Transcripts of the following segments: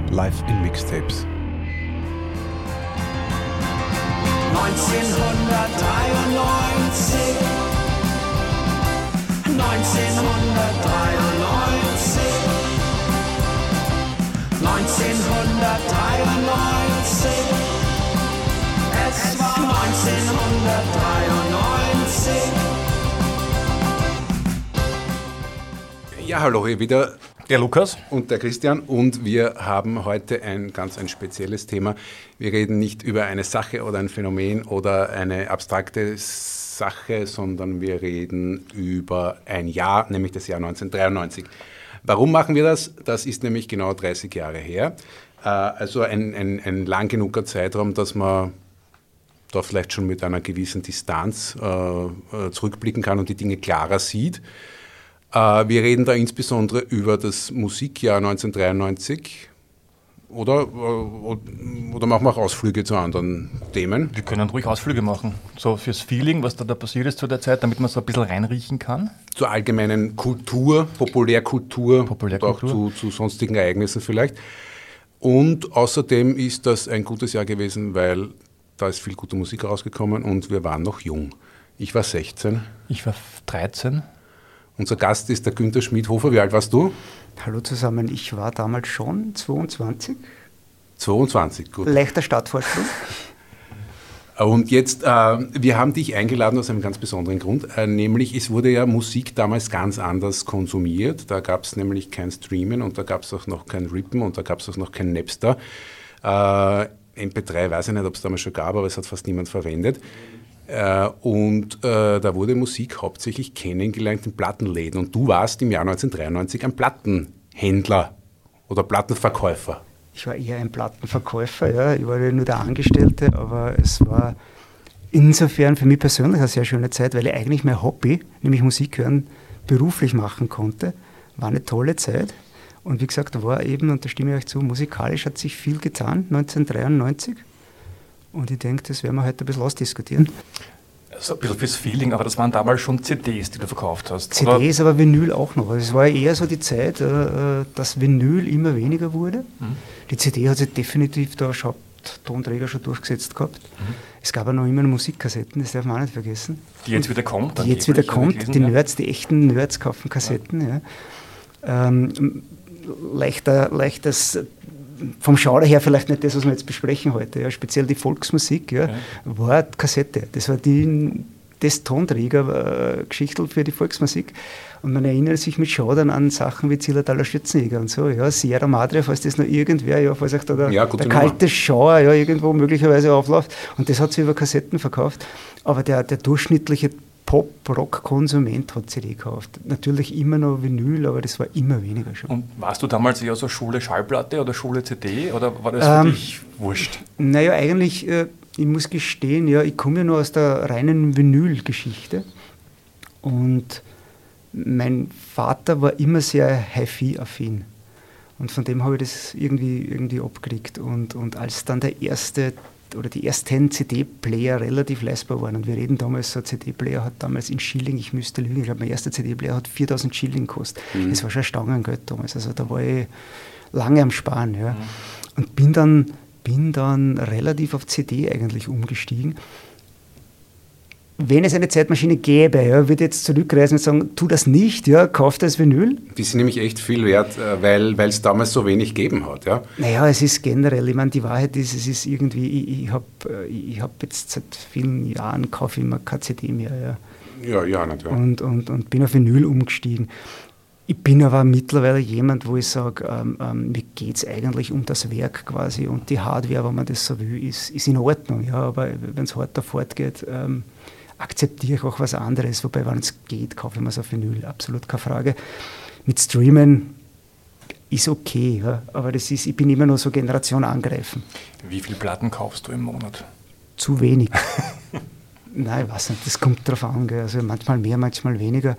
live in Mixtapes. 1993 es war 1993. Ja, hallo, hier wieder der Lukas und der Christian, und wir haben heute ein spezielles Thema. Wir reden nicht über eine Sache oder ein Phänomen oder eine abstrakte Sache, sondern wir reden über ein Jahr, nämlich das Jahr 1993. Warum machen wir das? Das ist nämlich genau 30 Jahre her. Also ein lang genuger Zeitraum, dass man da vielleicht schon mit einer gewissen Distanz zurückblicken kann und die Dinge klarer sieht. Wir reden da insbesondere über das Musikjahr 1993 oder machen wir auch Ausflüge zu anderen Themen? Wir können ruhig Ausflüge machen, so fürs Feeling, was da passiert ist zu der Zeit, damit man so ein bisschen reinriechen kann. Zur allgemeinen Kultur, Populärkultur. Und auch zu sonstigen Ereignissen vielleicht. Und außerdem ist das ein gutes Jahr gewesen, weil da ist viel gute Musik rausgekommen und wir waren noch jung. Ich war 16. Ich war 13. Unser Gast ist der Günther Schmidhofer. Wie alt warst du? Hallo zusammen, ich war damals schon 22. 22, gut. Leichter Startvorsprung. Und jetzt, wir haben dich eingeladen aus einem ganz besonderen Grund, nämlich es wurde ja Musik damals ganz anders konsumiert. Da gab es nämlich kein Streamen und da gab es auch noch kein Rippen und da gab es auch noch kein Napster. MP3 weiß ich nicht, ob es damals schon gab, aber es hat fast niemand verwendet. Da wurde Musik hauptsächlich kennengelernt in Plattenläden. Und du warst im Jahr 1993 ein Plattenhändler oder Plattenverkäufer. Ich war eher ein Plattenverkäufer, ja. Ich war ja nur der Angestellte, aber es war insofern für mich persönlich eine sehr schöne Zeit, weil ich eigentlich mein Hobby, nämlich Musik hören, beruflich machen konnte. War eine tolle Zeit. Und wie gesagt, da war eben, und da stimme ich euch zu, musikalisch hat sich viel getan, 1993. Und ich denke, das werden wir heute ein bisschen ausdiskutieren. Also ein bisschen fürs Feeling, aber das waren damals schon CDs, die du verkauft hast, CDs, oder? Aber Vinyl auch noch. Also es war eher so die Zeit, dass Vinyl immer weniger wurde. Die CD hat sich definitiv da als Hauptttonträger schon durchgesetzt gehabt. Es gab aber noch immer Musikkassetten, das darf man auch nicht vergessen. Die jetzt wieder kommt? Die jetzt wieder kommt. Die Nerds, die echten Nerds kaufen Kassetten. Ja. Leichtes... Vom Genre her vielleicht nicht das, was wir jetzt besprechen heute. Ja. Speziell die Volksmusik war Kassette. Das war das Tonträger-Geschichtel für die Volksmusik. Und man erinnert sich mit Schaudern an Sachen wie Zillertaler Schützenjäger und so. Ja. Sierra Madre, falls das noch irgendwer, falls euch da der kalte Schauer irgendwo möglicherweise aufläuft. Und das hat sie über Kassetten verkauft. Aber der durchschnittliche Pop-Rock-Konsument hat CD gekauft. Natürlich immer noch Vinyl, aber das war immer weniger schon. Und warst du damals eher so Schule Schallplatte oder Schule CD oder war das für dich wurscht? Naja, eigentlich, ich muss gestehen, ja, ich komme ja nur aus der reinen Vinyl-Geschichte und mein Vater war immer sehr Hi-Fi-affin und von dem habe ich das irgendwie abgekriegt und als dann die ersten CD-Player relativ leistbar waren. Und wir reden damals, so ein CD-Player hat damals in Schilling, ich müsste lügen, ich glaube, mein erster CD-Player hat 4.000 Schilling gekostet. Das war schon Stangengeld damals. Also da war ich lange am Sparen. Ja. Und bin dann relativ auf CD eigentlich umgestiegen. Wenn es eine Zeitmaschine gäbe, würde ich jetzt zurückreisen und sagen, tu das nicht, kauf das Vinyl. Die sind nämlich echt viel wert, weil es damals so wenig gegeben hat. Ja? Naja, es ist generell, ich meine, die Wahrheit ist, es ist irgendwie, ich hab jetzt seit vielen Jahren, kaufe ich immer keine CD mehr. Ja, natürlich. Und bin auf Vinyl umgestiegen. Ich bin aber mittlerweile jemand, wo ich sage, mir geht es eigentlich um das Werk quasi und die Hardware, wenn man das so will, ist in Ordnung. Ja, aber wenn es hart fortgeht, akzeptiere ich auch was anderes, wobei, wenn es geht, kaufe ich mir es auf Vinyl, absolut keine Frage. Mit Streamen ist okay, ja, aber ich bin immer noch so Generation angreifen. Wie viele Platten kaufst du im Monat? Zu wenig. Nein, ich weiß nicht, das kommt drauf an, gell. Also manchmal mehr, manchmal weniger.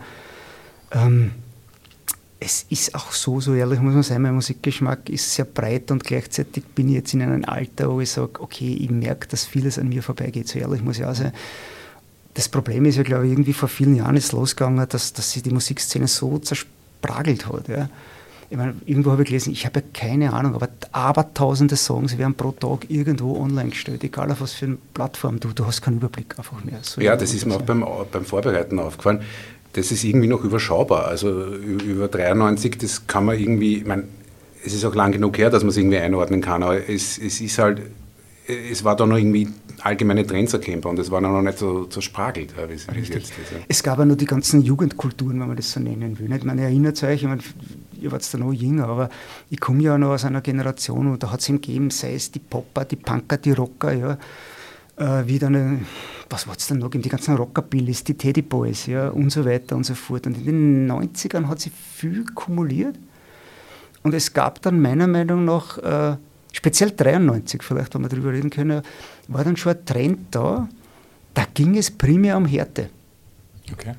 Es ist auch so ehrlich muss man sein, mein Musikgeschmack ist sehr breit und gleichzeitig bin ich jetzt in einem Alter, wo ich sage, okay, ich merke, dass vieles an mir vorbeigeht, so ehrlich muss ich auch sein. Das Problem ist ja, glaube ich, irgendwie vor vielen Jahren ist losgegangen, dass sich die Musikszene so zerspragelt hat. Ja. Ich meine, irgendwo habe ich gelesen, ich habe ja keine Ahnung, aber tausende Songs werden pro Tag irgendwo online gestellt, egal auf was für eine Plattform. Du hast keinen Überblick einfach mehr. So Ja, das ist mir auch beim Vorbereiten aufgefallen. Das ist irgendwie noch überschaubar. Also über 93, das kann man irgendwie, ich meine, es ist auch lang genug her, dass man es irgendwie einordnen kann, aber es ist halt, es war da noch irgendwie allgemeine Trends erkennbar und es war noch nicht so spragelt, wie es jetzt ist. Ja. Es gab ja nur die ganzen Jugendkulturen, wenn man das so nennen will. Nicht? Man erinnert euch, ich meine, ihr wart da noch jünger, aber ich komme ja noch aus einer Generation, und da hat es ihm gegeben, sei es die Popper, die Punker, die Rocker, ja, wie dann, was hat es dann noch gegeben, die ganzen Rockabillys, die Teddy Boys, ja, und so weiter und so fort. Und in den 90ern hat sich viel kumuliert und es gab dann meiner Meinung nach, speziell 93 vielleicht, wenn wir darüber reden können, war dann schon ein Trend da ging es primär um Härte. Okay.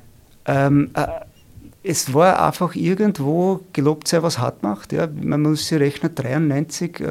Es war einfach irgendwo, gelobt sei, was hart macht. Ja. Man muss sich rechnen, 93.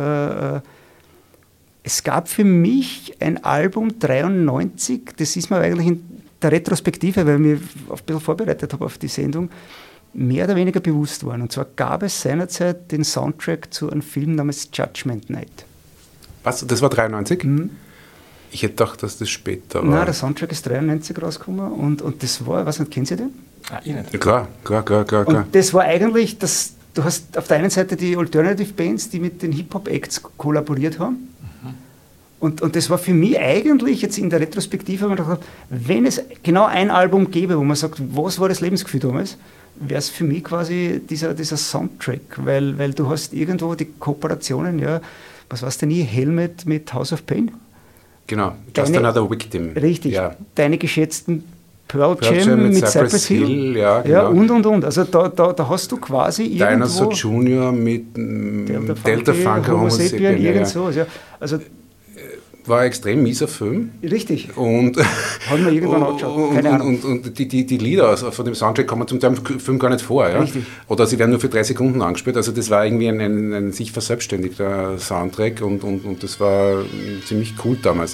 Es gab für mich ein Album 93, das ist mir eigentlich in der Retrospektive, weil ich mich ein bisschen vorbereitet habe auf die Sendung, mehr oder weniger bewusst worden. Und zwar gab es seinerzeit den Soundtrack zu einem Film namens Judgment Night. Was? Das war 93? Mhm. Ich hätte gedacht, dass das später war. Nein, der Soundtrack ist 93 rausgekommen und das war, was kennen Sie den? Ich nicht. Ja, klar. Und das war eigentlich, du hast auf der einen Seite die Alternative Bands, die mit den Hip-Hop-Acts kollaboriert haben. Und das war für mich eigentlich jetzt in der Retrospektive, wenn man gedacht, wenn es genau ein Album gäbe, wo man sagt, was war das Lebensgefühl damals, wäre es für mich quasi dieser Soundtrack, weil du hast irgendwo die Kooperationen, ja, was war's denn nie, Helmet mit House of Pain? Genau, Just Another Victim. Richtig, ja. Deine geschätzten Pearl Jam mit Cypress Hill. Ja, genau. Ja, und. Also da hast du quasi irgendwo... Dinosaur Junior mit Delta Funky, Homo Sapien, irgend ja. so. Also, war ein extrem mieser Film. richtig. Und, haben wir irgendwann angeschaut. Keine Ahnung. Und die Lieder von dem Soundtrack kommen zum Teil im Film gar nicht vor. Ja? Richtig. Oder sie werden nur für 3 Sekunden angespielt. Also das war irgendwie ein sich verselbstständigter Soundtrack und das war ziemlich cool damals.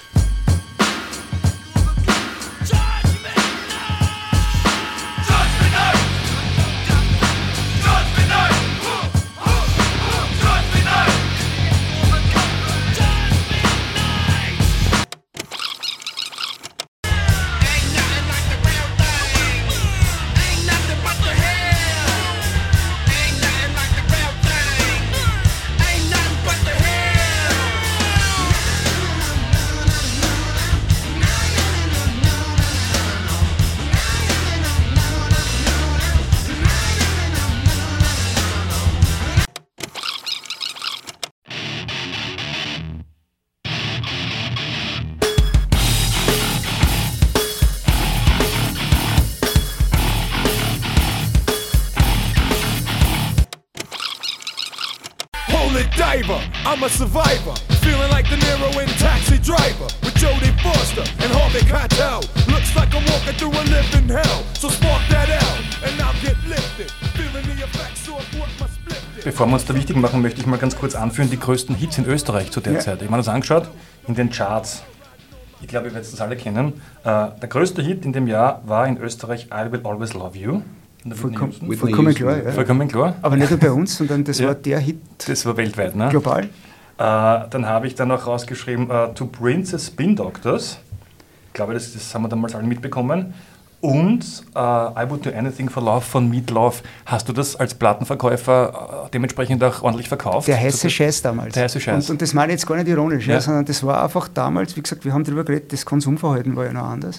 Diver, I'm a survivor, feeling like De Niro in Taxi Driver with Jodie Foster and Harvey Keitel. Looks like I'm walking through a living hell, so spark that out and I'll get lifted, feeling the effects of what my split did. Bevor wir uns da wichtig machen, möchte ich mal ganz kurz anführen, die größten Hits in Österreich zu der Zeit. Ich habe mir das angeschaut, in den Charts. Ich glaube, ihr werdet das alle kennen. Der größte Hit in dem Jahr war in Österreich I Will Always Love You. Vollkommen klar, ja. Vollkommen klar. Aber nicht nur bei uns, sondern das war der Hit. Das war weltweit, ne? Global. Dann habe ich dann noch rausgeschrieben, To Princess Spin Doctors. Ich glaube, das haben wir damals alle mitbekommen. Und I Would Do Anything for Love von Meat Love. Hast du das als Plattenverkäufer dementsprechend auch ordentlich verkauft? Der heiße Scheiß damals. Der heiße Scheiß. Und das meine ich jetzt gar nicht ironisch, ja, sondern das war einfach damals, wie gesagt, wir haben darüber geredet, das Konsumverhalten war ja noch anders.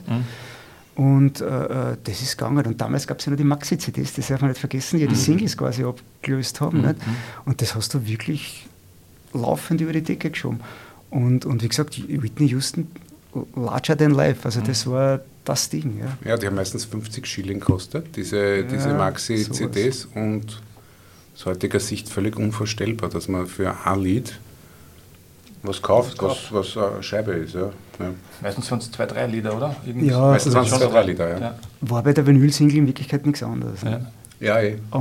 Und das ist gegangen. Und damals gab es ja noch die Maxi-CDs, das darf man nicht vergessen, die die Singles quasi abgelöst haben. Nicht? Und das hast du wirklich laufend über die Decke geschoben. Und wie gesagt, Whitney Houston, larger than life, also das war das Ding. Ja, ja, die haben meistens 50 Schilling gekostet, diese Maxi-CDs. Und aus heutiger Sicht völlig unvorstellbar, dass man für ein Lied was kauft, was eine Scheibe ist. Ja. Ja. Meistens waren es 2, 3 Lieder, oder? Ja, meistens waren es 2, 3 Lieder, ja. War bei der Vinyl-Single in Wirklichkeit nichts anderes. Ja, Ne? Ja,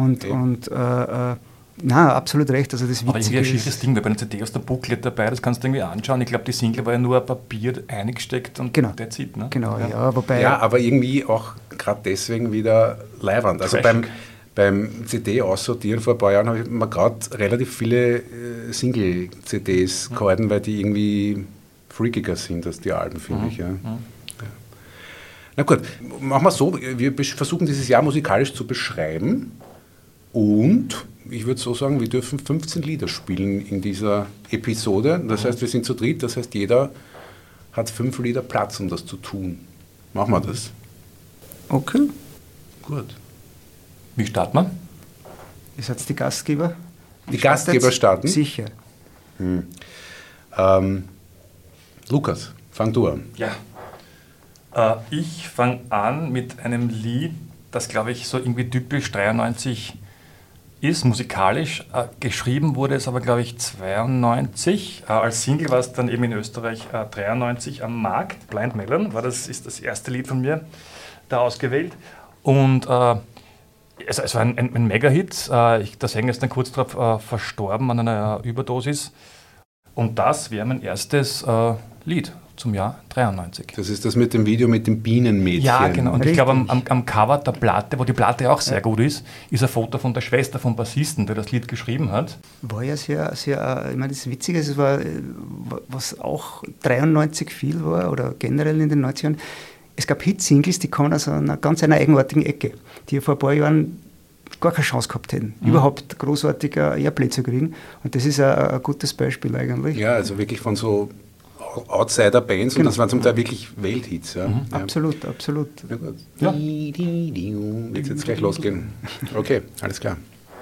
Nein, absolut recht. Also das aber irgendwie ein Witzige schiefes Ding, weil bei einer CD ist der Booklet dabei, das kannst du irgendwie anschauen. Ich glaube, die Single war ja nur Papier eingesteckt und Genau. that's it. Ne? Genau, ja, wobei... Ja, aber irgendwie auch gerade deswegen wieder leiwand. Also beim CD aussortieren vor ein paar Jahren habe ich mir gerade relativ viele Single-CDs gehalten, weil die irgendwie freakiger sind als die Alben, finde ich. Ja. Na gut, machen wir so, wir versuchen dieses Jahr musikalisch zu beschreiben und ich würde so sagen, wir dürfen 15 Lieder spielen in dieser Episode. Das heißt, wir sind zu dritt, das heißt, jeder hat 5 Lieder Platz, um das zu tun. Machen wir das. Okay. Gut. Wie starten wir? Ihr seid die Gastgeber? Die Gastgeber starten? Sicher. Lukas, fang du an. Ja. Ich fange an mit einem Lied, das, glaube ich, so irgendwie typisch 93 ist, musikalisch. Geschrieben wurde es aber, glaube ich, 92. Als Single war es dann eben in Österreich 93 am Markt. Blind Melon ist das erste Lied von mir da ausgewählt. Und es war ein Mega-Hit. Der Sänger ist dann kurz darauf verstorben an einer Überdosis. Und das wäre mein erstes Lied zum Jahr 93. Das ist das mit dem Video mit dem Bienenmädchen. Ja, genau. Und Richtig. ich glaube, am Cover der Platte, wo die Platte auch sehr gut ist ein Foto von der Schwester vom Bassisten, der das Lied geschrieben hat. War ja sehr, sehr, ich meine, das Witzige ist, es war, was auch 93 viel war, oder generell in den 90ern, es gab Hit-Singles, die kommen aus einer ganz eigenartigen Ecke, die vor ein paar Jahren gar keine Chance gehabt hätten, überhaupt großartiger Airplay zu kriegen. Und das ist ein gutes Beispiel eigentlich. Ja, also wirklich von so Outsider-Bands, und das waren zum Teil wirklich Welthits. Ja. Ja. Absolut, absolut. Ja, gut. Ja. Wird jetzt gleich losgehen. Okay, alles klar.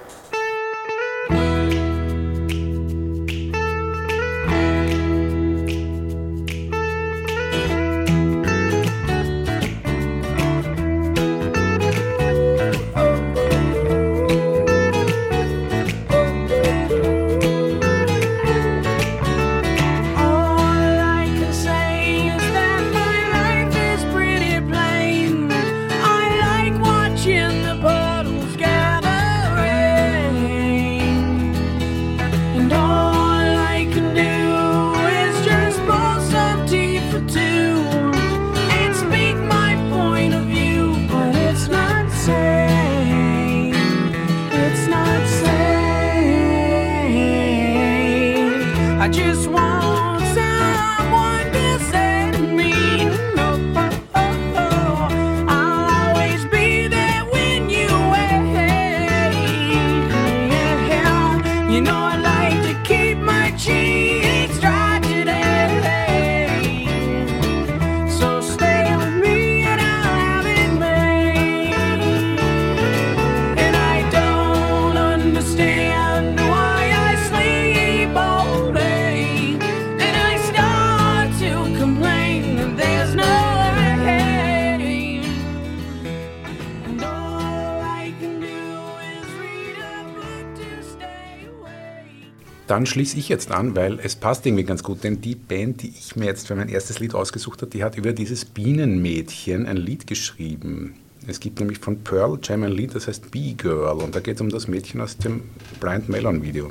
Dann schließe ich jetzt an, weil es passt irgendwie ganz gut, denn die Band, die ich mir jetzt für mein erstes Lied ausgesucht habe, die hat über dieses Bienenmädchen ein Lied geschrieben. Es gibt nämlich von Pearl Jam ein Lied, das heißt Bee Girl, und da geht es um das Mädchen aus dem Blind Melon Video.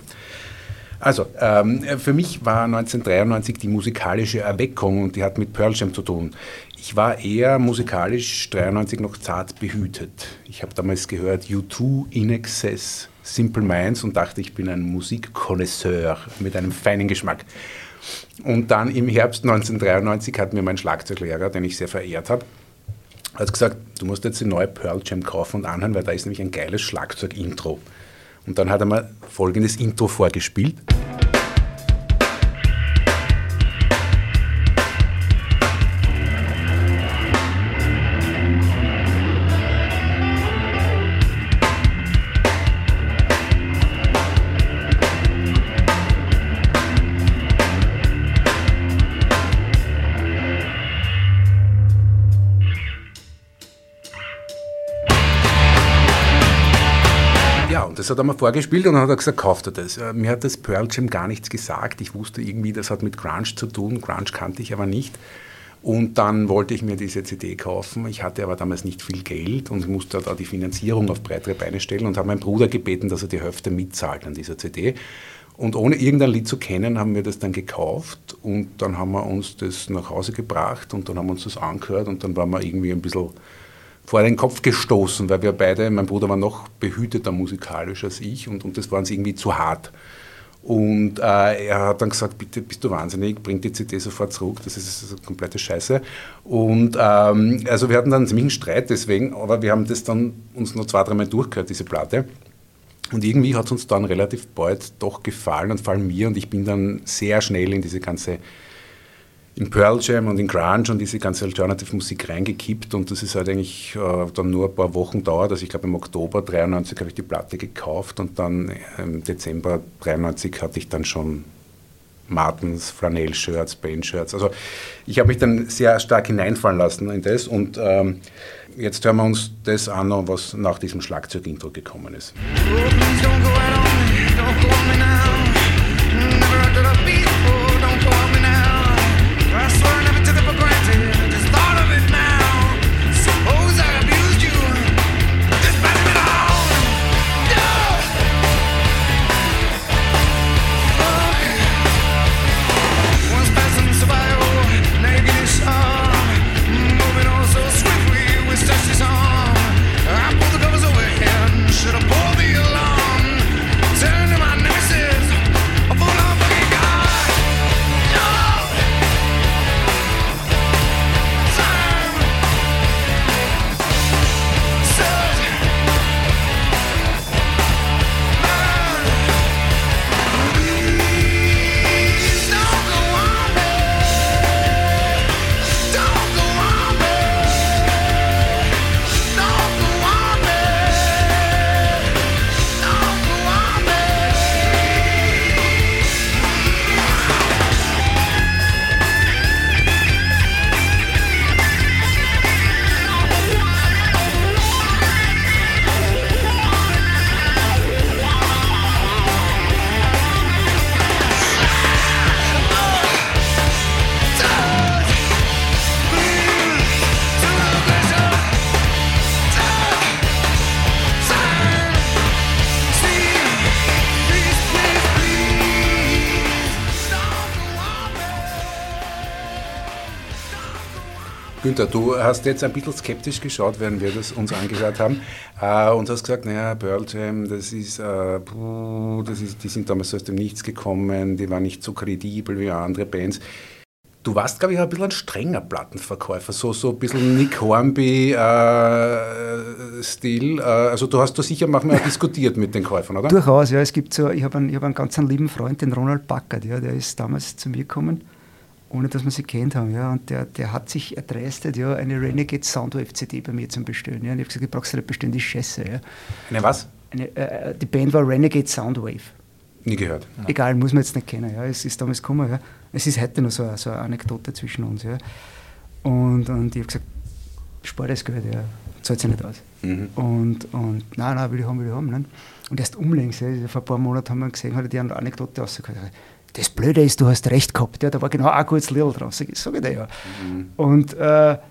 Also, für mich war 1993 die musikalische Erweckung, und die hat mit Pearl Jam zu tun. Ich war eher musikalisch 93 noch zart behütet. Ich habe damals gehört U2, In Excess, Simple Minds und dachte, ich bin ein Musikkonnoisseur mit einem feinen Geschmack. Und dann im Herbst 1993 hat mir mein Schlagzeuglehrer, den ich sehr verehrt habe, hat gesagt, du musst jetzt die neue Pearl Jam kaufen und anhören, weil da ist nämlich ein geiles Schlagzeug-Intro. Und dann hat er mir folgendes Intro vorgespielt. Das hat er mir vorgespielt und dann hat er gesagt, kauft er das. Mir hat das Pearl Jam gar nichts gesagt. Ich wusste irgendwie, das hat mit Grunge zu tun. Grunge kannte ich aber nicht. Und dann wollte ich mir diese CD kaufen. Ich hatte aber damals nicht viel Geld und musste da die Finanzierung auf breitere Beine stellen und habe meinen Bruder gebeten, dass er die Hälfte mitzahlt an dieser CD. Und ohne irgendein Lied zu kennen, haben wir das dann gekauft und dann haben wir uns das nach Hause gebracht und dann haben wir uns das angehört und dann waren wir irgendwie ein bisschen vor den Kopf gestoßen, weil wir beide, mein Bruder war noch behüteter musikalisch als ich und das war uns irgendwie zu hart. Und er hat dann gesagt, bitte, bist du wahnsinnig, bring die CD sofort zurück, das ist eine komplette Scheiße. Und also wir hatten dann einen ziemlichen Streit deswegen, aber wir haben das dann uns noch 2-3 Mal durchgehört, diese Platte. Und irgendwie hat es uns dann relativ bald doch gefallen und vor allem mir, und ich bin dann sehr schnell in diese ganze, in Pearl Jam und in Grunge und diese ganze Alternative-Musik reingekippt, und das ist halt eigentlich dann nur ein paar Wochen dauert. Also ich glaube im Oktober 93 habe ich die Platte gekauft und dann im Dezember 93 hatte ich dann schon Martens, Flanell-Shirts, Band-Shirts. Also ich habe mich dann sehr stark hineinfallen lassen in das, und jetzt hören wir uns das an, was nach diesem Schlagzeug-Intro gekommen ist. Günther, du hast jetzt ein bisschen skeptisch geschaut, während wir das uns angehört haben, und hast gesagt, naja, Pearl Jam, die sind damals aus dem Nichts gekommen, die waren nicht so kredibel wie andere Bands. Du warst, glaube ich, ein bisschen ein strenger Plattenverkäufer, so ein bisschen Nick Hornby-Stil. Also du hast da sicher manchmal auch diskutiert mit den Käufern, oder? Durchaus, ja. Es gibt so, ich hab einen ganz lieben Freund, den Ronald Packard, ja, der ist damals zu mir gekommen, ohne dass wir sie kennt haben, ja, und der hat sich erdreistet, ja, eine Renegade Soundwave CD bei mir zum Bestellen, ja, und ich habe gesagt, ich brauchst du nicht bestellen, die ist scheiße, ja. Eine was? Die Band war Renegade Soundwave. Nie gehört. Ja. Egal, muss man jetzt nicht kennen, ja, es ist damals gekommen, ja. Es ist heute noch so eine Anekdote zwischen uns, ja. Und ich habe gesagt, spar das Geld, ja, zahlt sich nicht aus. Mhm. Und nein, will ich haben, ne? Und erst umlängst, ja, vor ein paar Monaten haben wir gesehen, hat die eine Anekdote rausgehört. Das Blöde ist, du hast recht gehabt, ja, da war genau ein gutes Lied drauf, sag ich dir ja. Mhm. Und der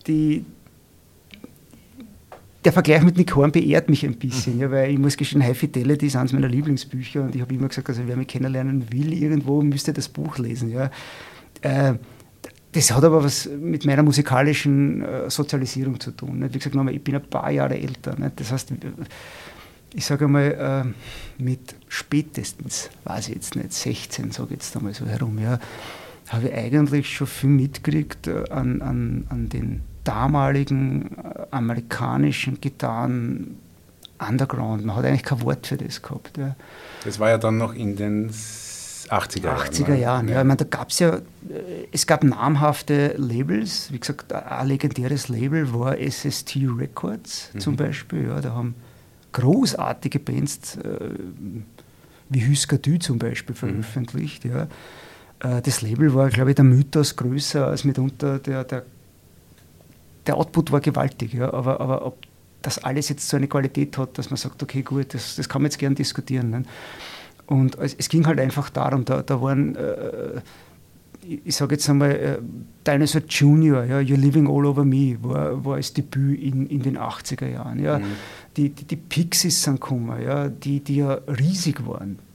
Vergleich mit Nick Hornby ehrt mich ein bisschen, ja, weil ich muss gestehen, High Fidelity ist eines meiner Lieblingsbücher, und ich habe immer gesagt, also wer mich kennenlernen will irgendwo, müsste das Buch lesen. Ja. Das hat aber was mit meiner musikalischen Sozialisierung zu tun. Nicht? Wie gesagt, ich bin ein paar Jahre älter. Nicht? Das heißt, ich sage einmal, mit spätestens, weiß ich jetzt nicht, 16, sage ich jetzt einmal so herum, ja, habe ich eigentlich schon viel mitgekriegt an den damaligen amerikanischen Gitarren Underground. Man hat eigentlich kein Wort für das gehabt. Ja. Das war ja dann noch in den 80er Jahren. 80er Jahren, ja. Ich meine, da gab es ja, es gab namhafte Labels. Wie gesagt, ein legendäres Label war SST Records zum Beispiel. Ja, da haben großartige Bands wie Husker Du zum Beispiel veröffentlicht. Ja. Das Label war, glaube ich, der Mythos größer als mitunter der Output war gewaltig. Ja. Aber ob das alles jetzt so eine Qualität hat, dass man sagt, okay, gut, das kann man jetzt gern diskutieren. Ne? Und es ging halt einfach darum, da waren, ich sage jetzt einmal, Dinosaur Junior, ja, You're Living All Over Me, war als Debüt in den 80er Jahren. Ja. Die Pixies sind gekommen, ja, die ja riesig waren.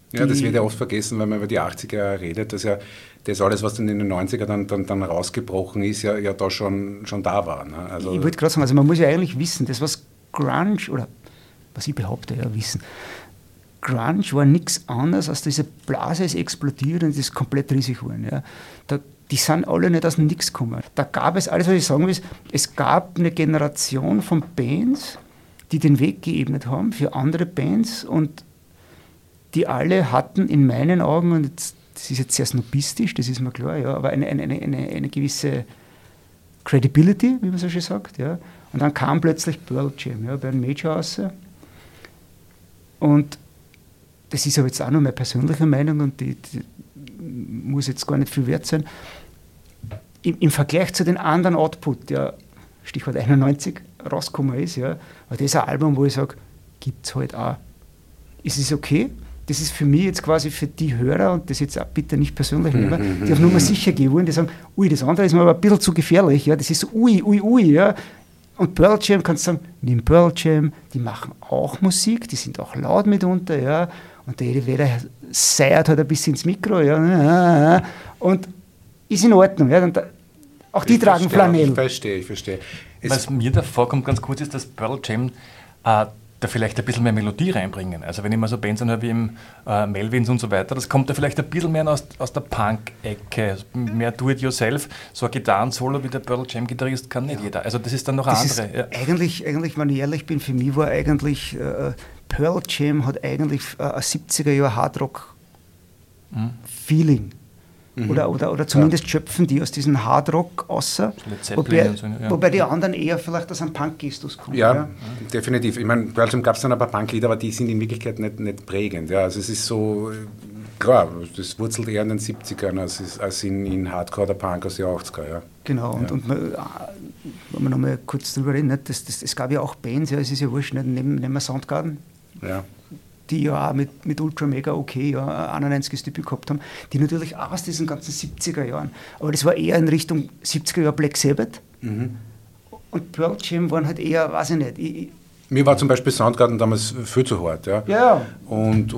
Ja, das wird ja oft vergessen, wenn man über die 80er redet, dass ja das alles, was in den 90er dann rausgebrochen ist, ja da schon da war. Ne? Also ich wollte gerade sagen, also man muss ja eigentlich wissen, das was Grunge, oder was ich behaupte, ja, wissen, Grunge war nichts anderes, als diese Blase ist explodiert und ist komplett riesig geworden. Ja. Die sind alle nicht aus dem Nix gekommen. Da gab es, alles was ich sagen will, es gab eine Generation von Bands, die den Weg geebnet haben für andere Bands und die alle hatten in meinen Augen, und das ist jetzt sehr snobistisch, das ist mir klar, ja, aber eine gewisse Credibility, wie man so schön sagt. Ja. Und dann kam plötzlich Pearl Jam, ja, bei einem Major raus. Und das ist aber jetzt auch nur meine persönliche Meinung und die muss jetzt gar nicht viel wert sein. Im Vergleich zu den anderen Output, der Stichwort 91 rausgekommen ist, ja, war das ein Album, wo ich sage, gibt es halt auch. Ist es okay? Das ist für mich jetzt quasi für die Hörer, und das jetzt auch bitte nicht persönlich nehmen, die auf Nummer sicher gehen wollen, die sagen, ui, das andere ist mir aber ein bisschen zu gefährlich, ja, das ist so ui, ja. Und Pearl Jam, kannst du sagen, nimm Pearl Jam, die machen auch Musik, die sind auch laut mitunter, ja, und der Eddie seiert halt ein bisschen ins Mikro, ja, und ist in Ordnung, ja, und auch die tragen Flanell. Ich verstehe. Was mir da vorkommt, ganz kurz, ist, dass Pearl Jam da vielleicht ein bisschen mehr Melodie reinbringen. Also wenn ich mal so Bands anhöre wie im Melvins und so weiter, das kommt da vielleicht ein bisschen mehr aus der Punk-Ecke, mehr Do-it-yourself. So ein Gitarren-Solo wie der Pearl Jam-Gitarrist kann nicht jeder. Also das ist dann noch eine andere. Ja. Eigentlich, wenn ich ehrlich bin, für mich war eigentlich Pearl Jam hat eigentlich ein 70er-Jahr Hardrock-Feeling. Oder zumindest schöpfen die aus diesem Hardrock außer, wobei die anderen eher vielleicht aus einem Punk-Gestus kommen. Ja, definitiv. Ich meine, Pearl Jam gab es dann ein paar Punklieder, aber die sind in Wirklichkeit nicht prägend. Ja, also es ist so, klar, das wurzelt eher in den 70ern als in Hardcore oder Punk aus den 80er. Ja. Genau, und wenn wir nochmal kurz drüber reden, es gab ja auch Bands, ja, es ist ja wurscht, nicht, nehmen wir Soundgarden. Ja. Die ja auch mit Ultra Mega okay, ja, 91 Debüt gehabt haben, die natürlich auch aus diesen ganzen 70er Jahren, aber das war eher in Richtung 70er Jahre Black Sabbath und Pearl Jam waren halt eher, weiß ich nicht. Mir war zum Beispiel Soundgarden damals viel zu hart, ja. Ja. Und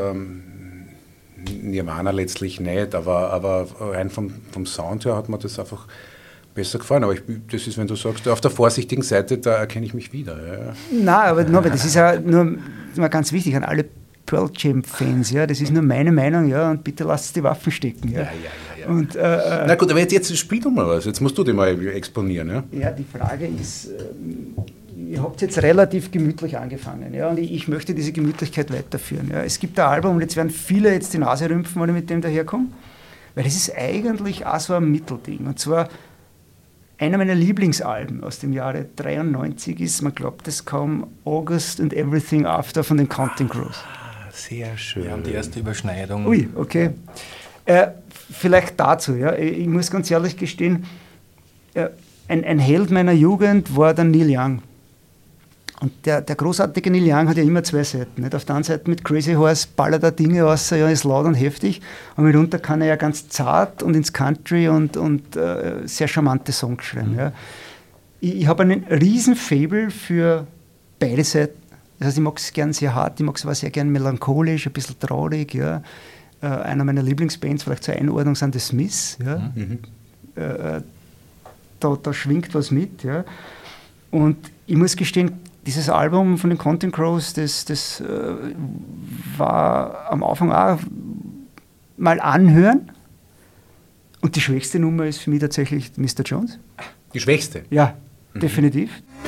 Nirvana letztlich nicht, aber rein vom Sound her hat mir das einfach besser gefallen, aber das ist, wenn du sagst, auf der vorsichtigen Seite, da erkenne ich mich wieder. Ja. Nein, aber das ist ja nur mal ganz wichtig an alle Pearl Jam-Fans, ja, das ist nur meine Meinung, ja, und bitte lasst die Waffen stecken. Ja. Und, na gut, aber jetzt spiel doch mal was, jetzt musst du die mal exponieren. Ja, ja, die Frage ist, ihr habt jetzt relativ gemütlich angefangen, ja, und ich möchte diese Gemütlichkeit weiterführen. Ja. Es gibt ein Album, und jetzt werden viele jetzt die Nase rümpfen, wenn ich mit dem daherkomme, weil das ist eigentlich auch so ein Mittelding, und zwar einer meiner Lieblingsalben aus dem Jahre 93 ist, man glaubt es kaum, August and Everything After von den Counting Crows. Sehr schön. Wir haben die erste Überschneidung. Ui, okay. Vielleicht dazu, ja. Ich muss ganz ehrlich gestehen, ein Held meiner Jugend war der Neil Young. Und der großartige Neil Young hat ja immer zwei Seiten. Nicht? Auf der einen Seite mit Crazy Horse ballert er Dinge raus, ja, ist laut und heftig. Und mitunter kann er ja ganz zart und ins Country und sehr charmante Songs schreiben. Ja. Ich habe einen riesen Faible für beide Seiten. Das heißt, ich mag es gern sehr hart, ich mag es aber sehr gern melancholisch, ein bisschen traurig. Ja. Einer meiner Lieblingsbands, vielleicht zur Einordnung, sind die Smiths. Ja. Da schwingt was mit. Ja. Und ich muss gestehen, dieses Album von den Counting Crows, das war am Anfang auch mal anhören. Und die schwächste Nummer ist für mich tatsächlich Mr. Jones. Die schwächste? Ja, definitiv.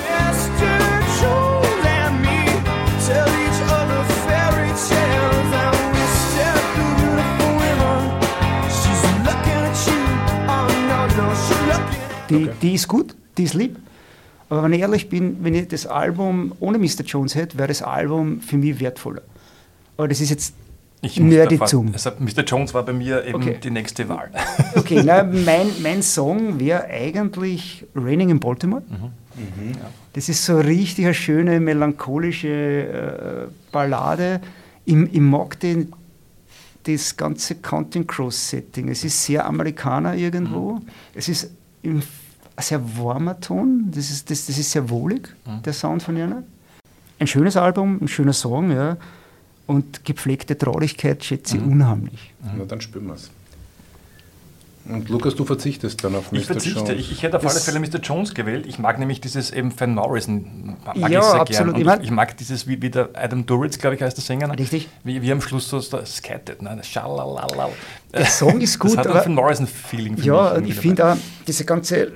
Die ist gut, die ist lieb. Aber wenn ich ehrlich bin, wenn ich das Album ohne Mr. Jones hätte, wäre das Album für mich wertvoller. Aber das ist jetzt nerdy zum. Also Mr. Jones war bei mir eben die nächste Wahl. Okay, na, mein Song wäre eigentlich Raining in Baltimore. Ja. Das ist so richtig eine schöne, melancholische Ballade. Ich mag das ganze Counting Crows Setting. Es ist sehr Amerikaner irgendwo. Es ist ein sehr warmer Ton, das ist sehr wohlig, der Sound von ihnen. Ein schönes Album, ein schöner Song, ja. und gepflegte Traurigkeit schätze ich unheimlich. Na, dann spüren wir es. Und Lukas, du verzichtest dann auf Mr. Ich verzichte. Jones. Ich hätte auf alle Fälle Mr. Jones gewählt. Ich mag nämlich dieses eben Van Morrison. Mag Ja, ich sehr absolut. gern. Und ich mag dieses, wie der Adam Duritz, glaube ich, heißt der Sänger. Ne? Richtig. Wie am Schluss so skatet. Ne? Schalalala. Der Song ist gut, das hat aber ein Van Morrison-Feeling. ja, und ich finde auch, diese ganze...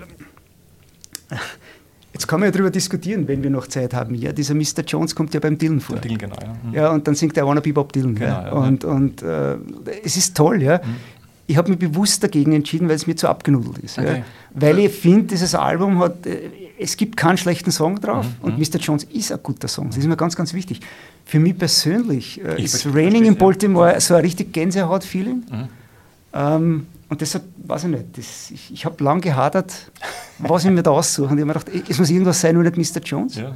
Jetzt kann man ja darüber diskutieren, wenn wir noch Zeit haben. Ja, dieser Mr. Jones kommt ja beim Dylan vor. Dylan, genau. Ja. Ja, und dann singt er I Wanna Be Bob Dylan. Genau, ja. ja. Und es ist toll, ja. Ich habe mich bewusst dagegen entschieden, weil es mir zu abgenudelt ist. Okay. Ja. Weil ich finde, dieses Album hat, es gibt keinen schlechten Song drauf und Mr. Jones ist ein guter Song. Das ist mir ganz, ganz wichtig. Für mich persönlich ist Raining in Baltimore so ein richtig Gänsehaut-Feeling. Und deshalb, weiß ich nicht, ich habe lange gehadert, was ich mir da aussuche. Und ich habe mir gedacht, es muss irgendwas sein, nur nicht Mr. Jones. Ja.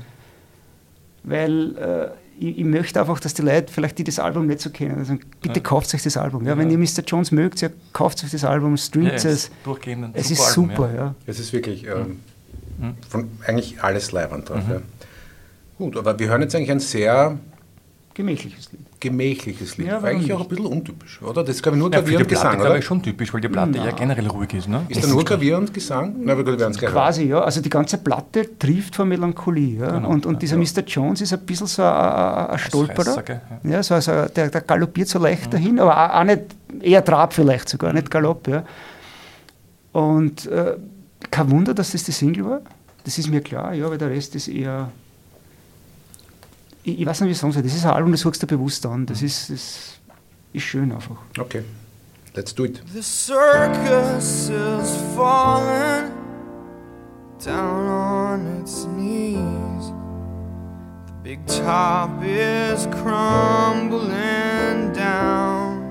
Weil ich möchte einfach, dass die Leute, vielleicht die das Album nicht so kennen, also bitte kauft euch das Album. Ja, wenn ihr Mr. Jones mögt, ja, kauft euch das Album, streamt es. Durchgehend Es ist super, ja. Es ist wirklich von eigentlich alles leibend drauf. Ja. Gut, aber wir hören jetzt eigentlich ein sehr Gemächliches Lied. gemächliches Lied. Ja, warum Eigentlich auch ein nicht? bisschen untypisch, oder? Das ist, glaube ich, nur Ja, Klavier für die und Platte, Gesang, glaube oder? ich, schon typisch, weil die Platte ja generell ruhig ist. Ne? Ist da nur Klavier und Gesang? Na, wir werden es gleich hören. Quasi, ja. Also die ganze Platte trifft von Melancholie. Ja. Genau, Und dieser Mr. Jones ist ein bisschen so ein Stolperer. Fresser, gell? Ja, der galoppiert so leicht dahin, aber auch nicht, eher Trab vielleicht sogar, nicht Galopp. Ja. Und kein Wunder, dass das die Single war. Das ist mir klar, ja, weil der Rest ist eher... Ich weiß nicht, wie ich sagen soll. Das ist ein Album, das hörst du bewusst an. Das ist schön einfach. Okay, let's do it. The circus is falling down on its knees. The big top is crumbling down.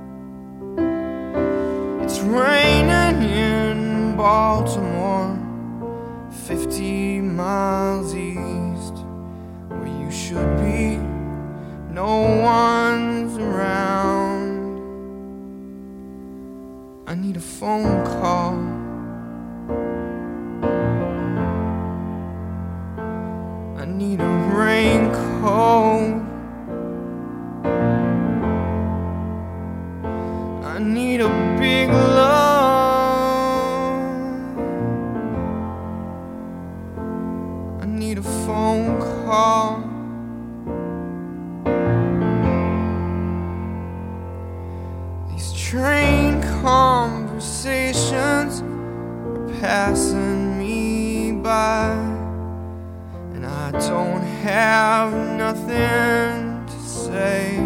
It's raining in Baltimore, 50 miles east. Where you should be, no one's around. I need a phone call. I need a raincoat. I need a big love. I need a phone call. These train conversations are passing me by, and I don't have nothing to say.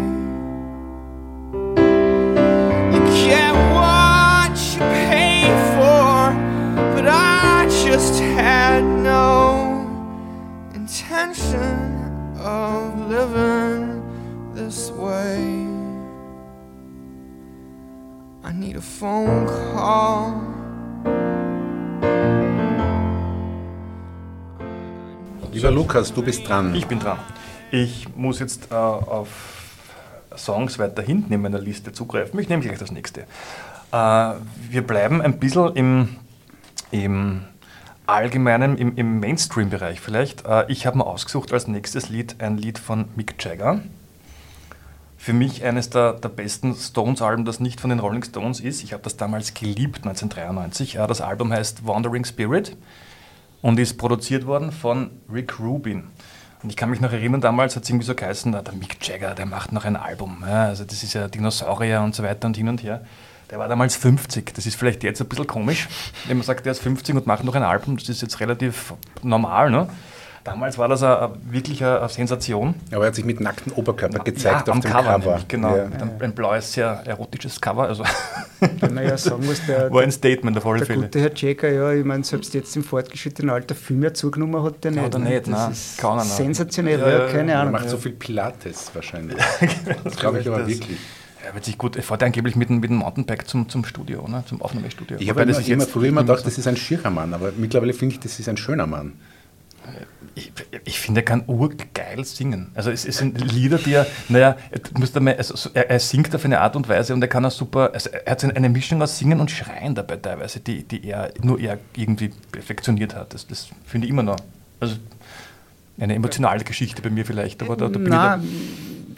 You get what you pay for, but I just had no intention of living this way. I need a phone call. Lieber Lukas, du bist dran. Ich bin dran. Ich muss jetzt auf Songs weiter hinten in meiner Liste zugreifen. Ich nehme gleich das nächste. Wir bleiben ein bisschen im Allgemeinen, im Mainstream-Bereich vielleicht. Ich habe mir ausgesucht als nächstes Lied ein Lied von Mick Jagger. Für mich eines der besten Stones-Alben, das nicht von den Rolling Stones ist. Ich habe das damals geliebt, 1993. Das Album heißt Wandering Spirit und ist produziert worden von Rick Rubin. Und ich kann mich noch erinnern, damals hat es irgendwie so geheißen, der Mick Jagger, der macht noch ein Album. Ja, also das ist ja Dinosaurier und so weiter und hin und her. Der war damals 50. Das ist vielleicht jetzt ein bisschen komisch, wenn man sagt, der ist 50 und macht noch ein Album. Das ist jetzt relativ normal, ne? Damals war das wirklich eine Sensation. Aber er hat sich mit nacktem Oberkörper gezeigt ja, auf dem Cover. Cover. Nämlich, genau, Ja. ein blaues, sehr erotisches Cover. Also Wenn man ja sagen muss, war ein Statement auf alle der Fälle. gute Herr Jagger, ja, ich meine, selbst jetzt im fortgeschrittenen Alter viel mehr zugenommen hat der nicht. Hat er nicht, das nein, ist kann er nicht. sensationell, Ja, keine Er Ahnung. macht so viel Pilates wahrscheinlich. Das glaube ich aber das. wirklich. Er wird sich gut, er fährt angeblich mit dem Mountainbike zum Studio, ne? Zum Aufnahmestudio. Ich Wobei habe das ist immer jetzt früher immer nicht mehr gedacht, das ist ein schierer Mann, aber mittlerweile finde ich, das ist ein schöner Mann. Ich finde, er kann urgeil singen. Also es sind Lieder, die er, er singt auf eine Art und Weise und er kann auch super, also er hat eine Mischung aus Singen und Schreien dabei teilweise, die er irgendwie perfektioniert hat. Das finde ich immer noch. Also eine emotionale Geschichte bei mir vielleicht, aber da bin Nein,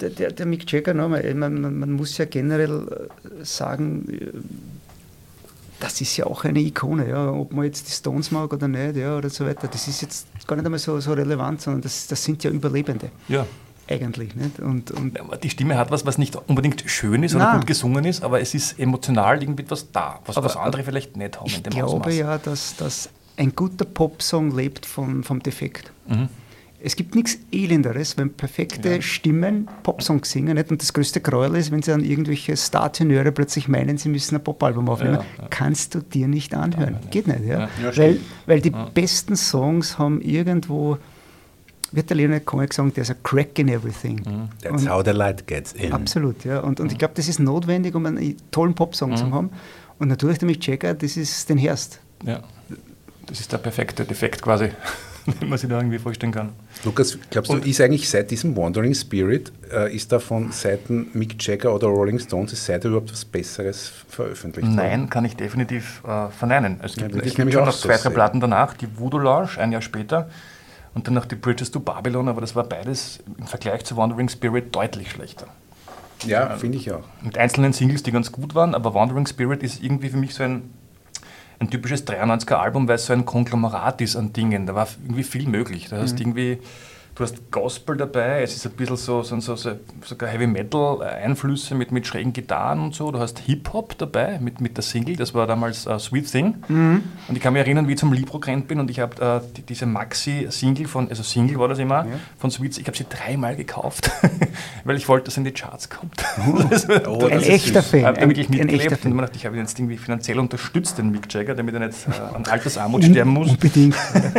der Mick Jagger, nochmal, man muss ja generell sagen, das ist ja auch eine Ikone, ja, ob man jetzt die Stones mag oder nicht, ja, oder so weiter, das ist jetzt gar nicht einmal so relevant, sondern das sind ja Überlebende. Ja. Eigentlich. Nicht? Und die Stimme hat was nicht unbedingt schön ist oder gut gesungen ist, aber es ist emotional irgendwie etwas da, was andere vielleicht nicht haben in dem Ausmaß. Ich glaube ja, dass ein guter Popsong lebt vom Defekt. Mhm. Es gibt nichts Elenderes, wenn perfekte Stimmen Popsongs singen. Nicht? Und das größte Gräuel ist, wenn sie dann irgendwelche Star-Tenöre plötzlich meinen, sie müssen ein Popalbum aufnehmen. Ja. Kannst du dir nicht anhören. Geht nicht. Ja? Weil die besten Songs haben irgendwo, wird der Leonard Cohen gesagt, there's a crack in everything. That's how the light gets in. Absolut, ja. Und ich glaube, das ist notwendig, um einen tollen Popsong zu haben. Und natürlich der Mick Jagger, das ist den Herst. Ja, das ist der perfekte Defekt quasi, wenn man sich da irgendwie vorstellen kann. Lukas, glaubst du, ist eigentlich seit diesem Wandering Spirit, ist da von Seiten Mick Jagger oder Rolling Stones, ist seitdem überhaupt was Besseres veröffentlicht worden? Nein, kann ich definitiv verneinen. Es gibt schon noch 2-3 Platten danach, die Voodoo Lounge, ein Jahr später, und dann noch die Bridges to Babylon, aber das war beides im Vergleich zu Wandering Spirit deutlich schlechter. Ja, finde ich auch. Mit einzelnen Singles, die ganz gut waren, aber Wandering Spirit ist irgendwie für mich so ein typisches 93er-Album, weil es so ein Konglomerat ist an Dingen. Da war irgendwie viel möglich. Da hast du hast Gospel dabei, es ist ein bisschen sogar Heavy-Metal-Einflüsse mit schrägen Gitarren und so. Du hast Hip-Hop dabei mit der Single, das war damals Sweet Thing. Und ich kann mich erinnern, wie ich zum Libro gerannt bin und ich habe diese Maxi-Single Single war das immer, von Sweet Thing, ich habe sie 3-mal gekauft, weil ich wollte, dass in die Charts kommt. Ein echter Fan. Ich habe da wirklich mitgelebt und ich habe ihn jetzt irgendwie finanziell unterstützt, den Mick Jagger, damit er nicht an Altersarmut sterben muss. Unbedingt.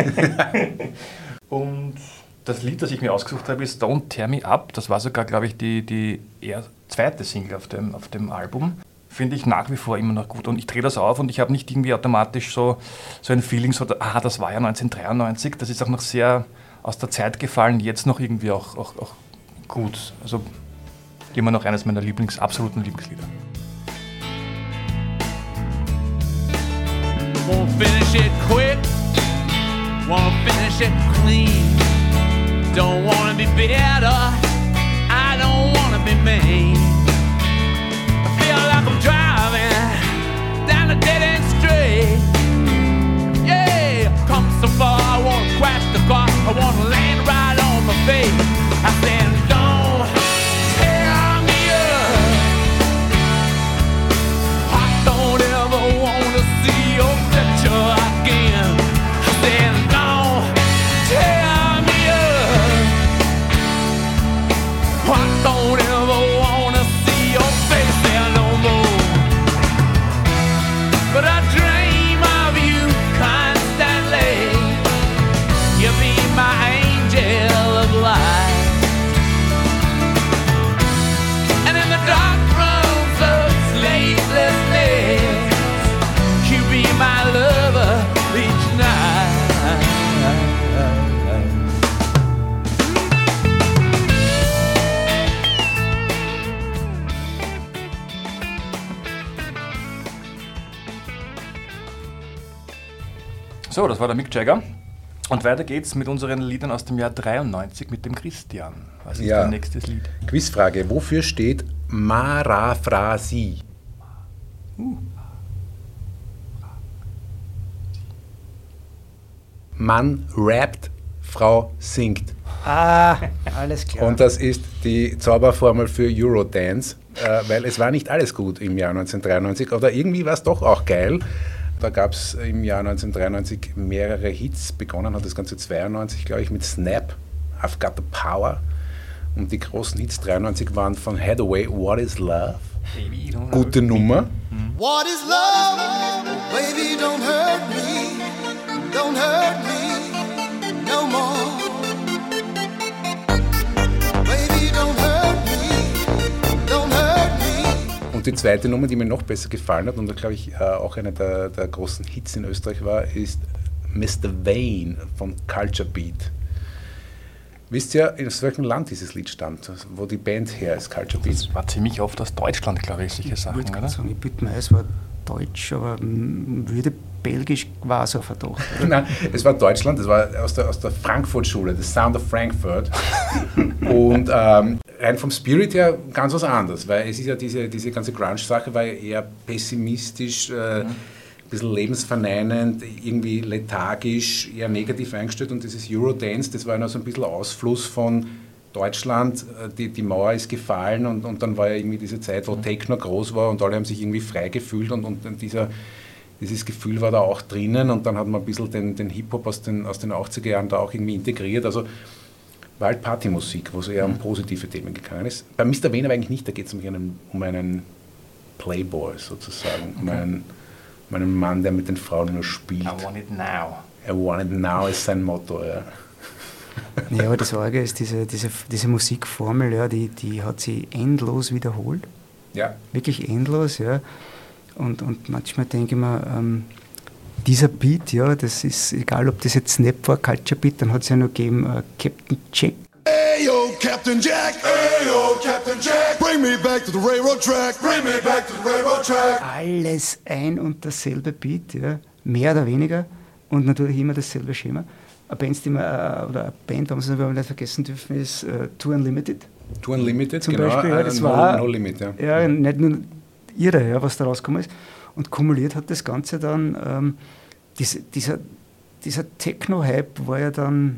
Und das Lied, das ich mir ausgesucht habe, ist Don't Tear Me Up. Das war sogar, glaube ich, die zweite Single auf dem Album. Finde ich nach wie vor immer noch gut. Und ich drehe das auf und ich habe nicht irgendwie automatisch so ein Feeling, das war ja 1993. Das ist auch noch sehr aus der Zeit gefallen, jetzt noch irgendwie auch gut. Also immer noch eines meiner absoluten Lieblingslieder. Won't finish it quick, won't finish it clean. Don't wanna be better, I don't wanna be mean. I feel like I'm driving down a dead-end street. Yeah, come so far, I wanna crash the car, I wanna land right on my feet. I said, don't tear me up. I don't ever wanna see your picture again. I said, don't tear me up. I don't ever wanna see your face there no more. But I dream of you constantly. You be my angel of light. And in the dark rooms of sleeplessness, you be my lover each night. So, das war der Mick Jagger. Und weiter geht's mit unseren Liedern aus dem Jahr 93 mit dem Christian. Was ist dein nächstes Lied? Quizfrage, wofür steht Maraphrasie? Mann rappt, Frau singt. Alles klar. Und das ist die Zauberformel für Eurodance, weil es war nicht alles gut im Jahr 1993, oder irgendwie war es doch auch geil. Da gab es im Jahr 1993 mehrere Hits. Begonnen hat das Ganze 92, glaube ich, mit Snap, I've Got the Power. Und die großen Hits 93 waren von Hathaway, What is Love? Baby, Gute Nummer. What is love? Baby, don't hurt me no more. Baby, don't hurt me. Und die zweite Nummer, die mir noch besser gefallen hat und da glaube ich auch einer der großen Hits in Österreich war, ist Mr. Vane von Culture Beat. Wisst ihr, aus welchem Land dieses Lied stammt, wo die Band her ist, Culture Beat? Das war ziemlich oft aus Deutschland, glaube ich, solche Sachen, Ich oder? sagen, ich bitte mal, es war Deutsch, aber würde Belgisch war so ein Verdacht. Nein, es war Deutschland, das war aus der Frankfurt-Schule, The Sound of Frankfurt. Und rein vom Spirit her ganz was anderes, weil es ist ja diese ganze Grunge-Sache war ja eher pessimistisch, ein bisschen lebensverneinend, irgendwie lethargisch, eher negativ eingestellt, und dieses Eurodance, das war ja noch so ein bisschen Ausfluss von Deutschland, die Mauer ist gefallen, und dann war ja irgendwie diese Zeit, wo Techno groß war und alle haben sich irgendwie frei gefühlt, und dieses Gefühl war da auch drinnen, und dann hat man ein bisschen den Hip-Hop aus den 80er Jahren da auch irgendwie integriert. Also war halt Partymusik, wo es eher um positive Themen gegangen ist. Bei Mr. Wayne aber eigentlich nicht, da geht es um einen Playboy sozusagen, um einen Mann, der mit den Frauen nur spielt. I want it now. I want it now ist sein Motto, ja. Ja, aber das Arge ist, diese Musikformel, ja, die hat sich endlos wiederholt. Ja. Wirklich endlos, ja. Und manchmal denke ich mir, dieser Beat, ja, das ist, egal ob das jetzt Snap war, Culture Beat, dann hat es ja noch gegeben Captain Jack. Hey yo, Captain Jack. Hey yo, Captain Jack. Bring me back to the railroad track. Bring me back to the railroad track. Alles ein und dasselbe Beat, ja, mehr oder weniger, und natürlich immer dasselbe Schema. Eine Band, was wir nicht vergessen dürfen, ist Tour Unlimited. Tour Unlimited, zum genau. Beispiel, ja, das war No Limit, ja. Ja, nicht nur irre, ja, was da rausgekommen ist. Und kumuliert hat das Ganze dann, dieser Techno-Hype war ja dann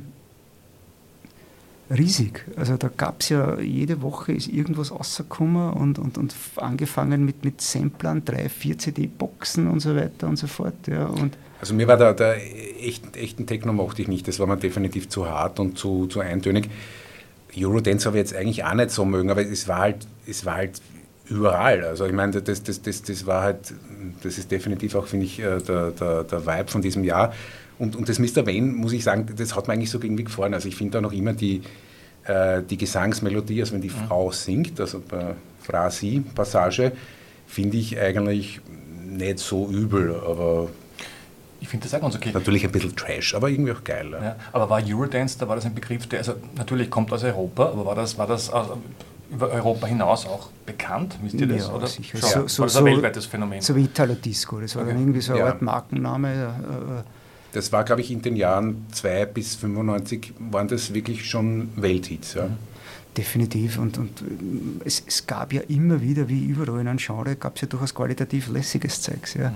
riesig. Also da gab es ja, jede Woche ist irgendwas rausgekommen, und angefangen mit Samplern, 3-4 CD-Boxen und so weiter und so fort. Ja, und also mir war der echten Techno mochte ich nicht, das war mir definitiv zu hart und zu eintönig. Eurodance habe ich jetzt eigentlich auch nicht so mögen, aber es war halt überall. Also ich meine, das war halt, das ist definitiv auch, finde ich, der Vibe von diesem Jahr. Und das Mr. Wayne, muss ich sagen, das hat mir eigentlich so irgendwie gefallen. Also ich finde da noch immer die Gesangsmelodie, also wenn die Frau singt, also bei Phrasi-Passage, finde ich eigentlich nicht so übel, aber ich finde das auch ganz okay. Natürlich ein bisschen Trash, aber irgendwie auch geil. Ja, aber war Eurodance, da war das ein Begriff, der also natürlich kommt aus Europa, aber war das über Europa hinaus auch bekannt? Wisst ihr das? Ja, oder? sicher. War das ein weltweites Phänomen? So wie Italo Disco, das war dann irgendwie so eine Art Markenname. Das war, glaube ich, in den Jahren 2 bis 95 waren das wirklich schon Welthits. Ja. Definitiv. Und es gab ja immer wieder, wie überall in einem Genre, gab es ja durchaus qualitativ lässiges Zeugs. Ja.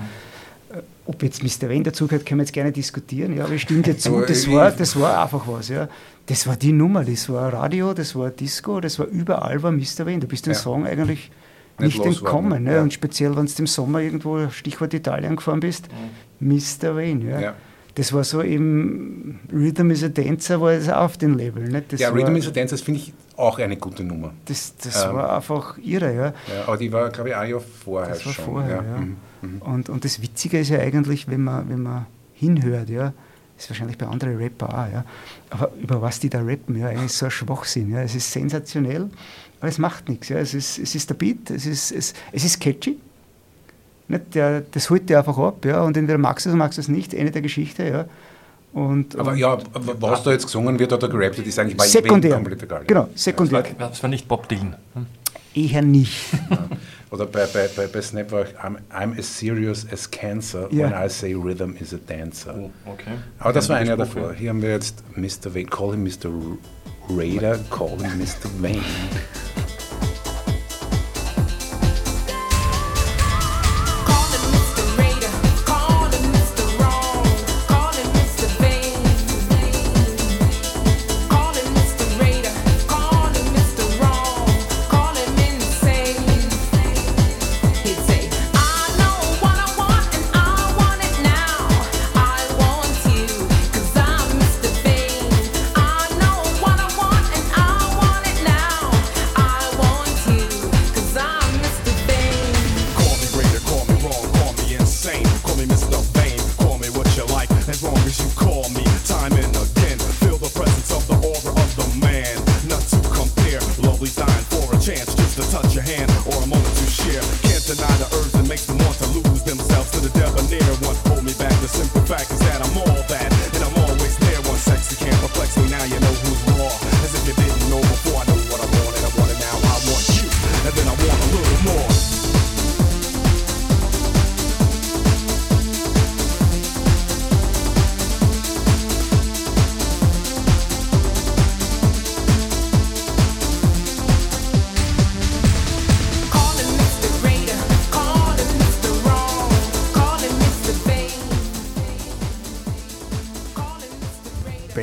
Ob jetzt Mr. Wayne dazugehört, können wir jetzt gerne diskutieren, ja, aber ich stimme dir zu, das war einfach was. Ja. Das war die Nummer, das war Radio, das war Disco, das war überall war Mr. Wayne. Du bist dem Song eigentlich nicht entkommen. Ne? Ja. Und speziell, wenn du im Sommer irgendwo, Stichwort Italien gefahren bist, Mr. Wayne. Ja. Ja. Das war so im Rhythm is a Dancer, war das auch auf dem Label. Nicht? Das Rhythm is a Dancer, das finde ich auch eine gute Nummer. Das war einfach irre. Ja. Ja, aber die war, glaube ich, ein Jahr vorher das war schon. Vorher, ja. Ja. Und das Witzige ist ja eigentlich, wenn man hinhört, ja, ist wahrscheinlich bei anderen Rapper auch, ja, aber über was die da rappen, ja, eigentlich so ein Schwachsinn. Ja. Es ist sensationell, aber es macht nichts. Ja. Es ist der Beat, es ist catchy. Nicht? Das holt dir einfach ab, ja, und entweder magst du es oder magst du es nicht, Ende der Geschichte. Ja. Aber ja, was da jetzt gesungen wird oder gerappt wird, ist eigentlich sekundär. Komplett egal. Genau, sekundär. Das war nicht Bob Dylan. Eher nicht. Ja. Oder bei Snap war I'm as serious as cancer when I say rhythm is a dancer. Oh, okay. Aber das war ein Jahr davor. Hier haben wir jetzt Mr. Wayne. Call him Mr. Raider, call him Mr. Wayne.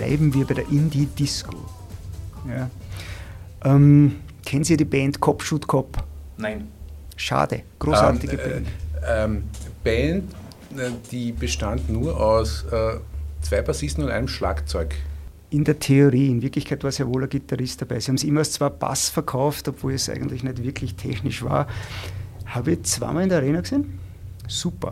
bleiben wir bei der Indie-Disco. Ja. Kennen Sie die Band Cop Shoot Cop? Nein. Schade, großartige Band. Band, die bestand nur aus 2 Bassisten und einem Schlagzeug. In der Theorie, in Wirklichkeit war sehr wohl ein Gitarrist dabei. Sie haben es immer als 2 Bass verkauft, obwohl es eigentlich nicht wirklich technisch war. Habe ich 2-mal in der Arena gesehen. Super.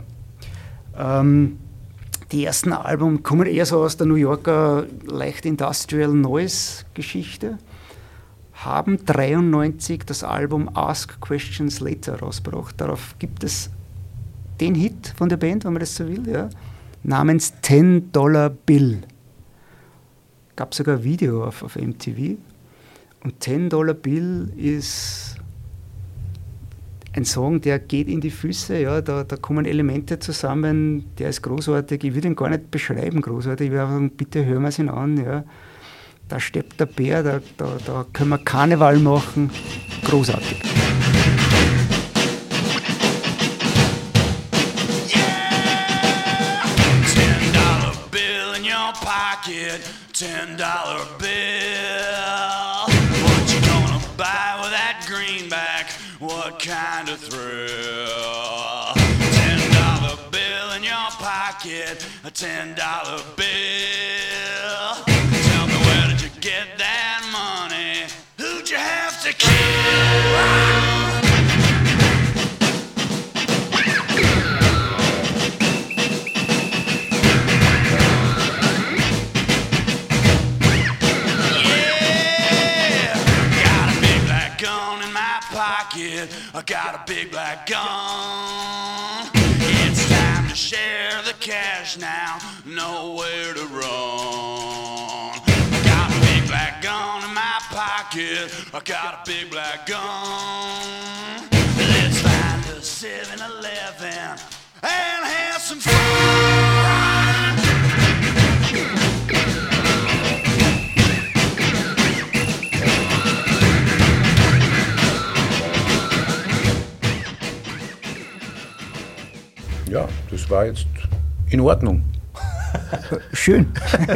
Die ersten Alben kommen eher so aus der New Yorker leicht Industrial Noise Geschichte. Haben 1993 das Album Ask Questions Later rausgebracht. Darauf gibt es den Hit von der Band, wenn man das so will, ja, namens $10 Bill. Gab sogar ein Video auf MTV. Und $10 Bill ist ein Song, der geht in die Füße, ja, da kommen Elemente zusammen, der ist großartig. Ich würde ihn gar nicht beschreiben, großartig. Ich würde sagen, bitte hören wir es ihn an. Ja. Da steppt der Bär, da können wir Karneval machen. Großartig. $10 bill. What you gonna buy with that greenback? What kind of thrill? $10 bill in your pocket. A $10 bill. Tell me, where did you get that money? Who'd you have to kill? I got a big black gun. It's time to share the cash now. Nowhere to run. I got a big black gun in my pocket. I got a big black gun. Let's find a 7-Eleven and have some fun. Ja, das war jetzt in Ordnung. Schön.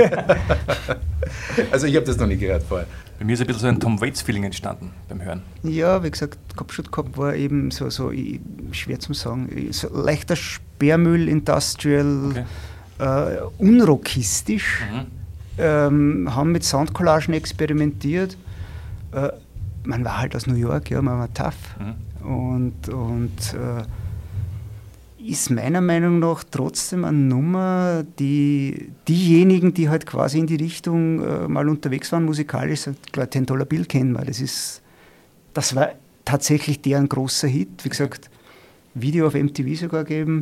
Also ich habe das noch nie gehört vorher. Bei mir ist ein bisschen so ein Tom Waits-Feeling entstanden beim Hören. Ja, wie gesagt, Cop Shoot Cop war eben so schwer zu sagen, so leichter Sperrmüll, Industrial, okay. Unrockistisch, haben mit Soundcollagen experimentiert. Man war halt aus New York, ja, man war tough. Und ist meiner Meinung nach trotzdem eine Nummer, diejenigen, die halt quasi in die Richtung mal unterwegs waren, musikalisch, klar, $10 Bill kennen wir. Das war tatsächlich deren großer Hit. Wie gesagt, Video auf MTV sogar gegeben,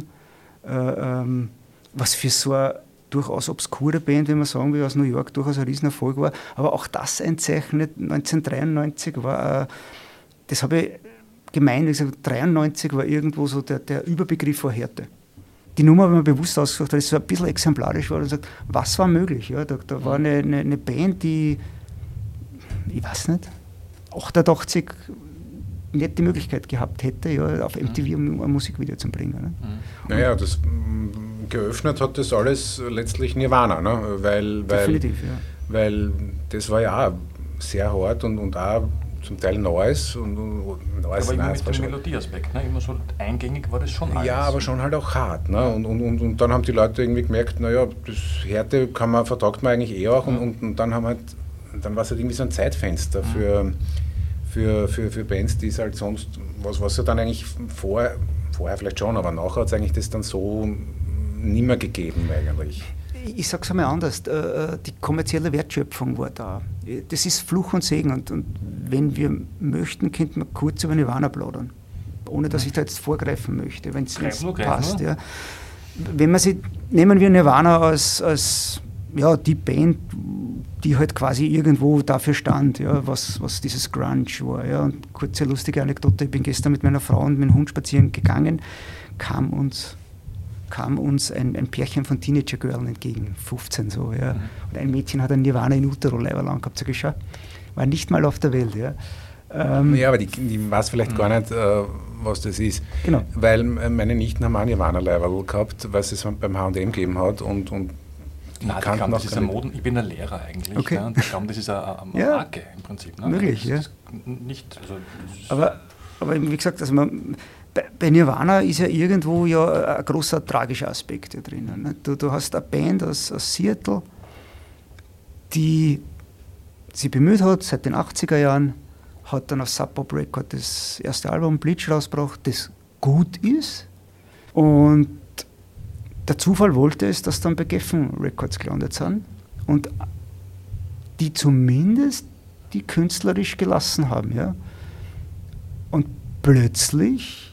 was für so eine durchaus obskure Band, wenn man sagen will, aus New York durchaus ein Riesenerfolg war. Aber auch das ein Zeichen, 1993 war, das habe ich gemeint, wie gesagt, 93 war irgendwo so der Überbegriff vor Härte. Die Nummer habe ich mir bewusst ausgesucht, weil es so ein bisschen exemplarisch war und sagt, was war möglich? Ja, da war eine Band, die, ich weiß nicht, 88 nicht die Möglichkeit gehabt hätte, ja, auf MTV ein Musikvideo zu bringen. Ne? Naja, das geöffnet hat das alles letztlich Nirvana, ne? Definitiv, ja. Weil das war ja auch sehr hart und auch zum Teil Neues. Aber immer mit dem Melodieaspekt, ne? Immer so eingängig war das schon alles. Ja, aber schon halt auch hart. Ne? Und dann haben die Leute irgendwie gemerkt, naja, das Härte vertragt man eigentlich auch. Und dann war es halt irgendwie so ein Zeitfenster für Bands, die es halt sonst, was ja dann eigentlich vorher vielleicht schon, aber nachher hat es eigentlich das dann so nimmer gegeben eigentlich. Ich sage es einmal anders, die kommerzielle Wertschöpfung war da. Das ist Fluch und Segen und wenn wir möchten, könnten wir kurz über Nirvana plaudern, ohne dass ich da jetzt vorgreifen möchte, wenn es passt. Ja. Nehmen wir Nirvana als ja, die Band, die halt quasi irgendwo dafür stand, ja, was dieses Grunge war. Ja. Und kurze lustige Anekdote, ich bin gestern mit meiner Frau und mit dem Hund spazieren gegangen, kam uns ein Pärchen von Teenager-Girls entgegen, 15 so, ja. Und ein Mädchen hat ein Nirvana in Utero-Leiberl an gehabt, so geschaut. War nicht mal auf der Welt, ja. Ja, aber die weiß vielleicht gar nicht, was das ist. Genau. Weil meine Nichten haben auch Nirvana-Leiberl gehabt, weil es beim H&M gegeben hat und Nein, ich glaube, das ist ein Moden. Ich bin ein Lehrer eigentlich. Okay. Ja, und ich glaube, das ist eine Marke im Prinzip. Ne? Möglich, ja. Nicht, also aber wie gesagt, also bei Nirvana ist ja irgendwo ein großer tragischer Aspekt hier drinnen. Ne? Du hast eine Band aus Seattle, die sich bemüht hat, seit den 80er Jahren, hat dann auf Sub Pop Record das erste Album Bleach rausgebracht, das gut ist. Und der Zufall wollte es, dass dann bei Geffen Records gelandet sind und die zumindest die künstlerisch gelassen haben. Ja? Und plötzlich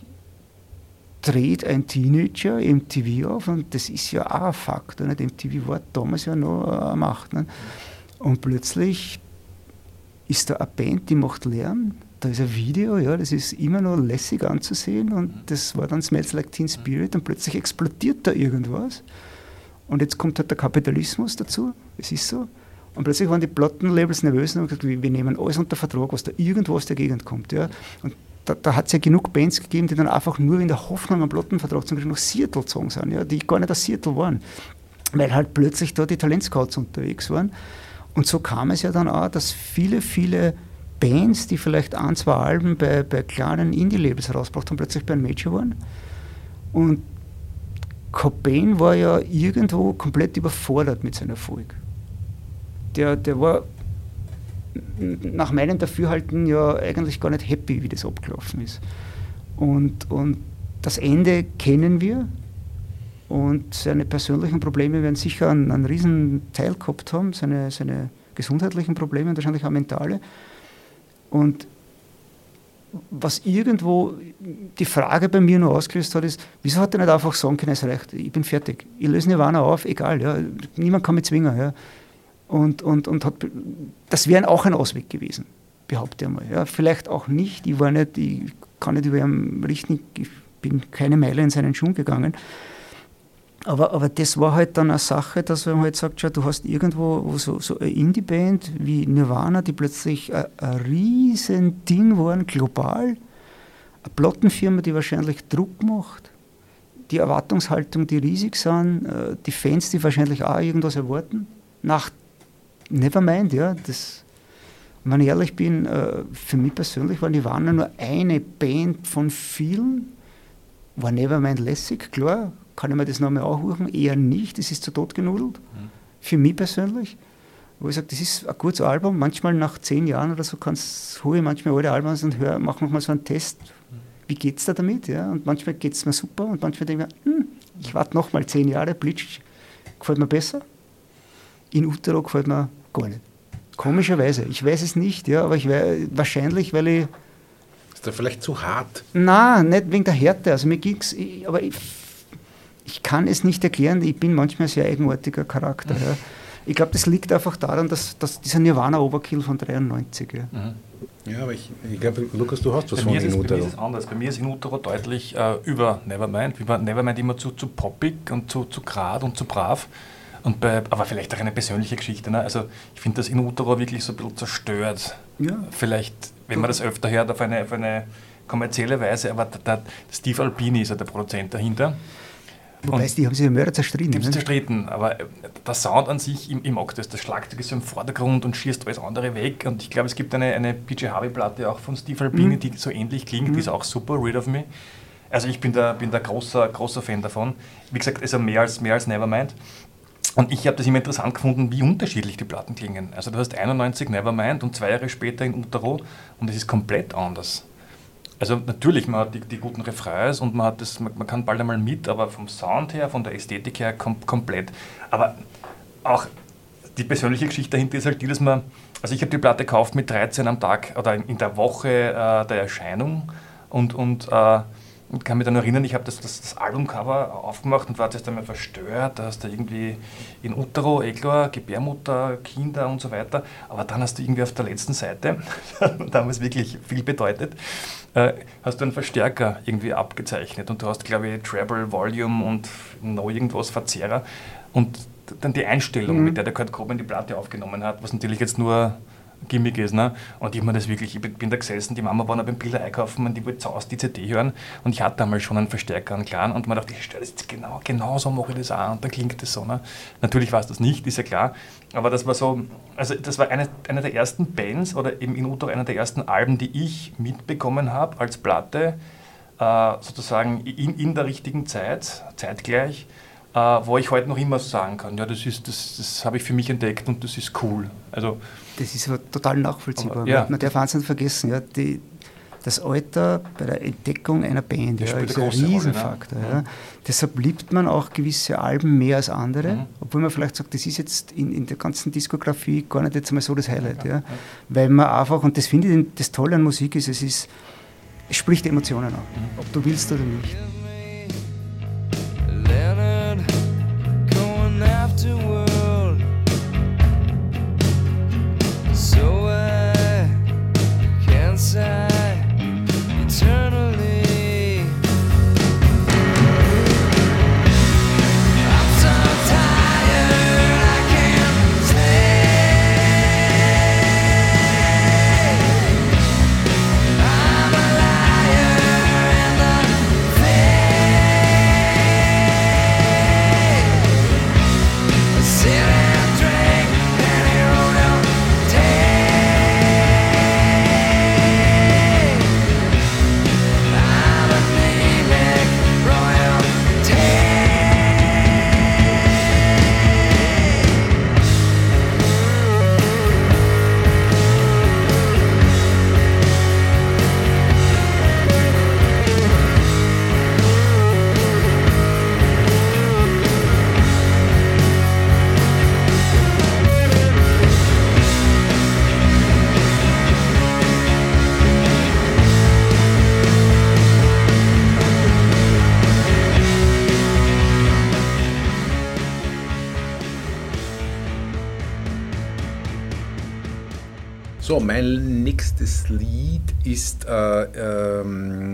dreht ein Teenager MTV auf und das ist ja auch ein Faktor. Nicht? MTV war damals ja noch eine Macht. Nicht? Und plötzlich ist da eine Band, die macht Lärm, da ist ein Video, ja, das ist immer noch lässig anzusehen und das war dann Smells Like Teen Spirit und plötzlich explodiert da irgendwas und jetzt kommt halt der Kapitalismus dazu, es ist so, und plötzlich waren die Plattenlabels nervös und haben gesagt, wir nehmen alles unter Vertrag, was da irgendwo aus der Gegend kommt, ja, und da hat es ja genug Bands gegeben, die dann einfach nur in der Hoffnung am Plattenvertrag zum Beispiel nach Seattle gezogen sind, ja, die gar nicht aus Seattle waren, weil halt plötzlich da die Talentscouts unterwegs waren. Und so kam es ja dann auch, dass viele Bands, die vielleicht 1, 2 Alben bei kleinen Indie-Labels rausgebracht haben, plötzlich bei einem Major waren. Und Cobain war ja irgendwo komplett überfordert mit seinem Erfolg. Der war nach meinem Dafürhalten ja eigentlich gar nicht happy, wie das abgelaufen ist. Und das Ende kennen wir. Und seine persönlichen Probleme werden sicher einen riesen Teil gehabt haben, seine gesundheitlichen Probleme und wahrscheinlich auch mentale. Und was irgendwo die Frage bei mir noch ausgelöst hat, ist, wieso hat er nicht einfach sagen können, es reicht, ich bin fertig, ich löse Nirvana auf, egal, ja, niemand kann mich zwingen. Ja. Und das wäre auch ein Ausweg gewesen, behaupte ich mal. Ja. Vielleicht auch nicht, ich kann nicht über ihn richten, ich bin keine Meile in seinen Schuhen gegangen. Aber das war halt dann eine Sache, dass man halt sagt, schau, du hast irgendwo so eine Indie-Band wie Nirvana, die plötzlich ein riesen Ding waren, global, eine Plattenfirma, die wahrscheinlich Druck macht, die Erwartungshaltung, die riesig sind, die Fans, die wahrscheinlich auch irgendwas erwarten, nach Nevermind, ja, wenn ich ehrlich bin, für mich persönlich war Nirvana nur eine Band von vielen, war Nevermind lässig, klar, kann ich mir das nochmal anhören? Eher nicht, das ist zu tot genudelt, für mich persönlich. Wo ich sage, das ist ein gutes Album, manchmal nach 10 Jahren oder so hole ich manchmal alte Alben und mache nochmal so einen Test, wie geht es da damit? Ja? Und manchmal geht es mir super und manchmal denke ich mir, ich warte nochmal 10 Jahre, Bleach gefällt mir besser, In Utero gefällt mir gar nicht. Komischerweise, ich weiß es nicht, ja, aber wahrscheinlich, weil ich... Ist der vielleicht zu hart? Nein, nicht wegen der Härte, also mir ging es, aber ich kann es nicht erklären, ich bin manchmal ein sehr eigenartiger Charakter. Ja. Ich glaube, das liegt einfach daran, dass dieser Nirvana-Overkill von 93. Ja, ja, aber ich glaube, Lukas, du hast was von In Utero. Bei mir ist es anders. Bei mir ist In Utero deutlich über Nevermind. Nevermind immer zu poppig und zu grad und zu brav. Aber vielleicht auch eine persönliche Geschichte. Ne? Also ich finde, dass In Utero wirklich so ein bisschen zerstört. Ja. Vielleicht, wenn man das öfter hört, auf eine kommerzielle Weise, aber der Steve Albini ist ja der Produzent dahinter. Wobei, die haben sich ja Mörder zerstritten. Die haben sich zerstritten, aber der Sound an sich, ich mag das. Das Schlagzeug ist so im Vordergrund und schießt alles andere weg. Und ich glaube, es gibt eine PJ Harvey-Platte auch von Steve Albini, die so ähnlich klingt, die ist auch super, Rid of Me. Also ich bin da großer Fan davon. Wie gesagt, also mehr als Nevermind. Und ich habe das immer interessant gefunden, wie unterschiedlich die Platten klingen. Also du hast 91 Nevermind und 2 Jahre später In Utero und es ist komplett anders. Also natürlich, man hat die guten Refrains und man kann bald einmal mit, aber vom Sound her, von der Ästhetik her komplett. Aber auch die persönliche Geschichte dahinter ist halt die, dass also ich habe die Platte gekauft mit 13 am Tag oder in der Woche der Erscheinung und kann mich dann erinnern, ich habe das Albumcover aufgemacht und war zuerst einmal verstört, da hast du irgendwie In Utero, klar, Gebärmutter, Kinder und so weiter, aber dann hast du irgendwie auf der letzten Seite, damals wirklich viel bedeutet, hast du einen Verstärker irgendwie abgezeichnet und du hast, glaube ich, Treble, Volume und noch irgendwas, Verzerrer und dann die Einstellung, mit der Kurt Cobain die Platte aufgenommen hat, was natürlich jetzt nur Gimmick ist. Ne? Und ich habe mir das wirklich, ich bin da gesessen, die Mama war noch beim Bilder einkaufen und die wollte zuerst die CD hören und ich hatte damals schon einen Verstärker, einen kleinen, und man dachte, ich stelle das jetzt genau so mache ich das auch und dann klingt das so. Ne? Natürlich war es das nicht, ist ja klar, aber das war so, also das war eine der ersten Bands oder eben in Utah einer der ersten Alben, die ich mitbekommen habe als Platte, sozusagen in der richtigen Zeit, zeitgleich, wo ich heute noch immer sagen kann, ja, das habe ich für mich entdeckt und das ist cool. Also, das ist aber total nachvollziehbar. Aber, ja. Man darf eins nicht vergessen, ja, das Alter bei der Entdeckung einer Band ist ein Riesenfaktor. Rolle, ne? Ja. Deshalb liebt man auch gewisse Alben mehr als andere, obwohl man vielleicht sagt, das ist jetzt in der ganzen Diskografie gar nicht jetzt einmal so das Highlight. Ja. Weil man einfach, und das finde ich das Tolle an Musik ist, es spricht Emotionen an, ob du willst oder nicht. Leonard, going afterward. So I can't sigh eternally. I'm so tired, I can't stay. I'm a liar in the face. Sit and drink any road I'm anemic royalty. So, mein nächstes Lied ist, habe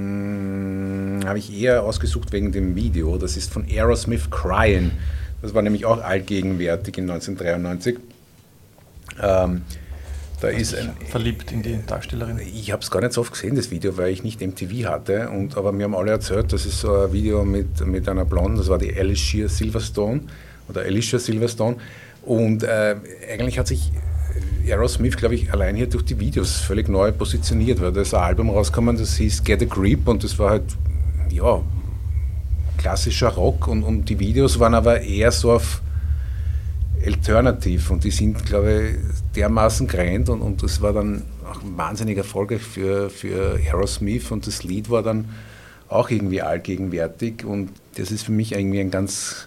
ich eher ausgesucht wegen dem Video. Das ist von Aerosmith, Crying. Das war nämlich auch allgegenwärtig in 1993. Da ist verliebt in die Darstellerin. Ich habe es gar nicht so oft gesehen, das Video, weil ich nicht MTV hatte. Aber mir haben alle erzählt, das ist so ein Video mit einer Blonden, das war die Alicia Silverstone. Und eigentlich hat sich Aerosmith, glaube ich, allein hier durch die Videos völlig neu positioniert, weil da ist ein Album rausgekommen, das hieß Get a Grip und das war halt, ja, klassischer Rock und die Videos waren aber eher so auf Alternative und die sind, glaube ich, dermaßen grand und das war dann auch wahnsinnig erfolgreich für Aerosmith und das Lied war dann auch irgendwie allgegenwärtig und das ist für mich irgendwie ein ganz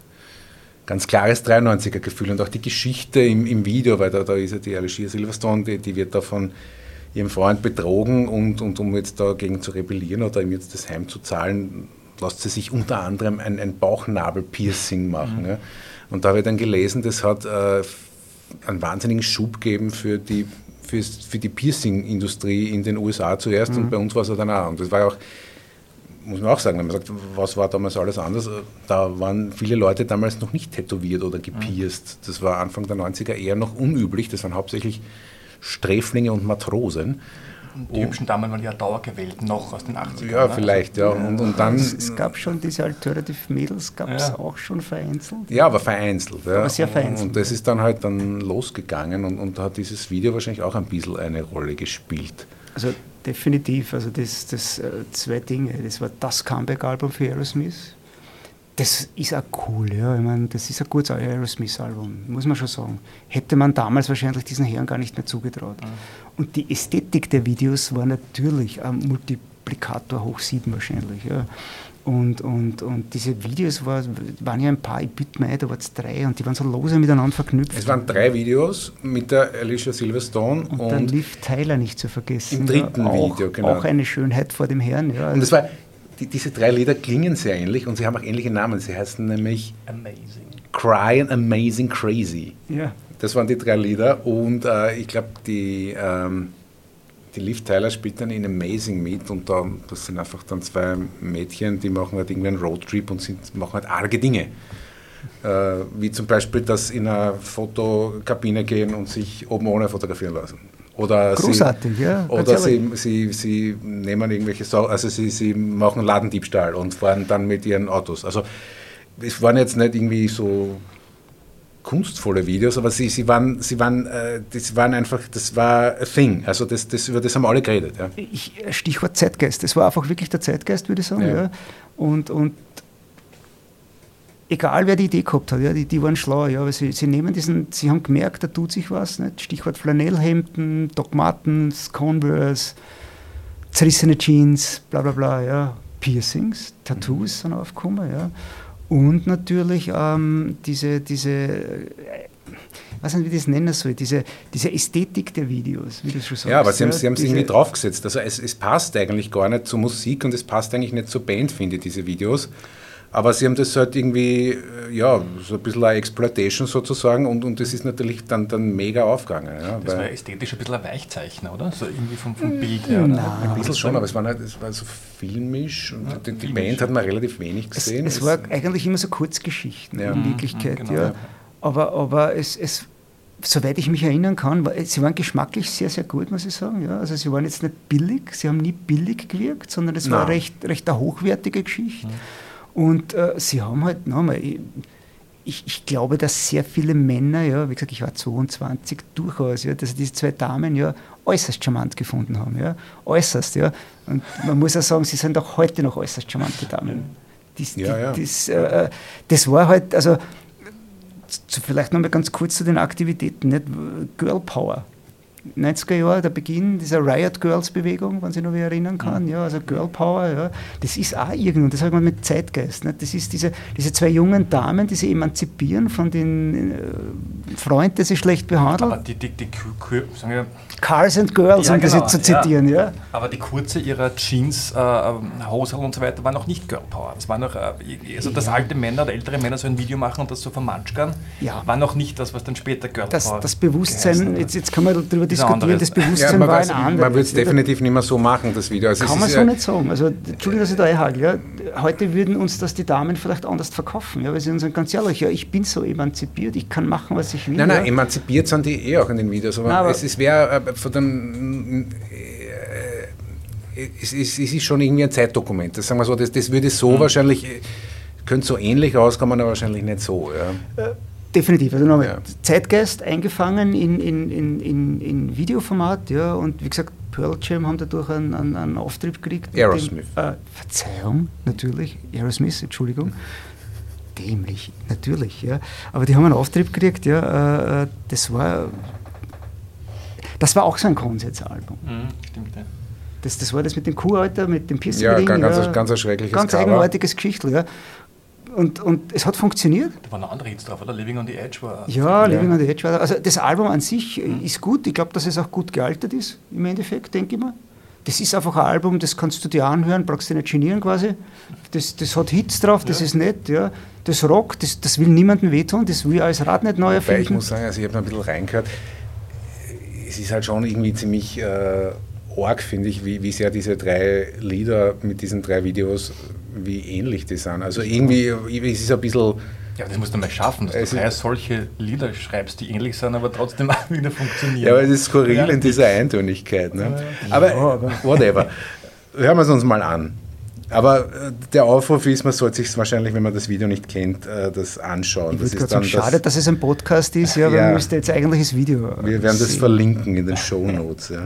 klares 93er-Gefühl und auch die Geschichte im Video, weil da ist ja die Alicia Silverstone, die wird da von ihrem Freund betrogen und um jetzt dagegen zu rebellieren oder ihm jetzt das Heim zu zahlen, lässt sie sich unter anderem ein Bauchnabel-Piercing machen. Ja. Und da habe ich dann gelesen, das hat einen wahnsinnigen Schub gegeben für die Piercing-Industrie in den USA zuerst und bei uns war es dann auch. Und das war ja auch, muss man auch sagen, wenn man sagt, was war damals alles anders, da waren viele Leute damals noch nicht tätowiert oder gepierst. Das war Anfang der 90er eher noch unüblich, das waren hauptsächlich Sträflinge und Matrosen. Die hübschen Damen waren ja dauergewählt, noch aus den 80ern. Ja, vielleicht, ja. Und dann, es gab schon diese Alternative Mädels, gab es auch schon vereinzelt. Ja, aber vereinzelt. Ja. Aber sehr vereinzelt. Und das ist dann halt dann losgegangen und da hat dieses Video wahrscheinlich auch ein bisschen eine Rolle gespielt. Also definitiv, also das zwei Dinge. Das war das Comeback-Album für Aerosmith. Das ist auch cool, ja. Ich meine, das ist ein gutes Aerosmith-Album, muss man schon sagen. Hätte man damals wahrscheinlich diesen Herren gar nicht mehr zugetraut. Und die Ästhetik der Videos war natürlich ein Multiplikator hoch 7 wahrscheinlich, ja. Und diese Videos waren ja ein paar, ich bitte mir ein, da waren es 3 und die waren so lose miteinander verknüpft. Es waren 3 Videos mit der Alicia Silverstone und dann Liv Tyler nicht zu vergessen. Im dritten Video, genau. Auch eine Schönheit vor dem Herrn. Ja. Und das war, diese 3 Lieder klingen sehr ähnlich und sie haben auch ähnliche Namen. Sie heißen nämlich Amazing. Crying, Amazing, Crazy. Ja. Das waren die 3 Lieder und ich glaube, die Liv Tyler spielt dann in Amazing mit und das sind einfach dann 2 Mädchen, die machen halt irgendwie einen Roadtrip und machen halt arge Dinge. Wie zum Beispiel, dass in eine Fotokabine gehen und sich oben ohne fotografieren lassen. Oder großartig, ja. Oder sie nehmen irgendwelche Sachen, also sie machen Ladendiebstahl und fahren dann mit ihren Autos. Also es waren jetzt nicht irgendwie so kunstvolle Videos, aber sie waren einfach, das war a thing. Also über das haben alle geredet. Ja. Stichwort Zeitgeist. Das war einfach wirklich der Zeitgeist, würde ich sagen. Ja. Und egal wer die Idee gehabt hat, ja, die waren schlau, ja, aber sie nehmen sie haben gemerkt, da tut sich was, nicht? Stichwort Flanellhemden, Doc Martens, Converse, zerrissene Jeans, bla bla bla, ja, Piercings, Tattoos sind aufgekommen, ja. Und natürlich diese weiß nicht, wie das nennen soll, diese Ästhetik der Videos, wie du schon sagst. Ja, aber sie haben es irgendwie draufgesetzt. Also es passt eigentlich gar nicht zur Musik und es passt eigentlich nicht zur Band, finde ich, diese Videos. Aber sie haben das halt irgendwie, ja, so ein bisschen eine Exploitation sozusagen und das ist natürlich dann mega aufgegangen. Ja, das war ästhetisch ein bisschen ein Weichzeichner, oder? So irgendwie vom Bild her. Nein, ein bisschen schon, aber es war so filmisch und die Band hat man relativ wenig gesehen. Es war eigentlich immer so Kurzgeschichten in Wirklichkeit, genau, ja. Aber es soweit ich mich erinnern kann, sie waren geschmacklich sehr, sehr gut, muss ich sagen. Ja. Also sie waren jetzt nicht billig, sie haben nie billig gewirkt, sondern es war recht eine hochwertige Geschichte. Und sie haben halt, nochmal, ich glaube, dass sehr viele Männer, ja, wie gesagt, ich war 22, durchaus, ja, dass sie diese zwei Damen ja äußerst charmant gefunden haben. Ja, äußerst, ja. Und man muss auch sagen, sie sind auch heute noch äußerst charmante Damen. Das war halt, also vielleicht nochmal ganz kurz zu den Aktivitäten, nicht? Girl Power. 90er Jahre, der Beginn dieser Riot Girls-Bewegung, wenn sich noch wer erinnern kann, ja, also Girl Power, ja, das ist auch irgendwie, das hat man mit Zeitgeist, nicht? Das ist diese zwei jungen Damen, die sich emanzipieren von den Freunden, die sie schlecht behandeln. Aber die sagen wir, Cars and Girls, ja, um genau, das zu zitieren, ja. Aber die Kurze ihrer Jeans, Hose und so weiter war noch nicht Girl Power. Das war noch, also dass alte Männer oder ältere Männer so ein Video machen und das so vermanschkern, war noch nicht das, was dann später Girl Power das Bewusstsein, jetzt kann man darüber diskutieren, das Bewusstsein war ein anderes. Man würde es definitiv nicht mehr so machen, das Video. Also kann man so nicht sagen. Also, Entschuldigung, dass ich da einhage. Ja. Heute würden uns das die Damen vielleicht anders verkaufen, ja, weil sie uns sagen, ganz ehrlich, ja, ich bin so emanzipiert, ich kann machen, was ich will. Nein, emanzipiert sind die auch in den Videos, aber es wäre von dem... Es ist schon irgendwie ein Zeitdokument. Das sagen wir so, das würde so wahrscheinlich, könnte so ähnlich rauskommen, aber wahrscheinlich nicht so. Ja. Definitiv. Also nochmal, Zeitgeist eingefangen in Videoformat, ja, und wie gesagt, Pearl Jam haben dadurch einen Auftrieb gekriegt. Aerosmith. Verzeihung, natürlich. Aerosmith, Entschuldigung. Dämlich, natürlich, ja. Aber die haben einen Auftrieb gekriegt, ja. Das war auch so ein Konzeptalbum. Stimmt, ja. Das war das mit dem Kuhalter, mit dem Piercing. Ja, ganz ein schreckliches ganz Cover. eigenartiges Geschichtel, ja. Und es hat funktioniert. Da waren noch andere Hits drauf, oder? Living on the Edge war... Ja, Living on the Edge war... Also das Album an sich ist gut. Ich glaube, dass es auch gut gealtert ist, im Endeffekt, denke ich mal. Das ist einfach ein Album, das kannst du dir anhören, brauchst du nicht genieren quasi. Das hat Hits drauf, das ist nett, ja. Das rockt, das will niemandem wehtun, das will als Rad nicht neu erfinden. Ich muss sagen, also ich habe noch ein bisschen reingehört, es ist halt schon irgendwie ziemlich arg, finde ich, wie sehr diese 3 Lieder mit diesen 3 Videos, wie ähnlich die sind. Also irgendwie, es ist ein bisschen... Ja, das musst du mal schaffen, dass du 3 solche Lieder schreibst, die ähnlich sind, aber trotzdem auch wieder funktionieren. Ja, aber es ist skurril in dieser Eintönigkeit. Ne? Aber whatever. Hören wir es uns mal an. Aber der Aufruf ist, man sollte sich wahrscheinlich, wenn man das Video nicht kennt, das anschauen. Ich würde sagen, schade, dass es ein Podcast ist, ja, weil man müsste jetzt eigentlich das Video Wir werden das verlinken in den Shownotes. Ja.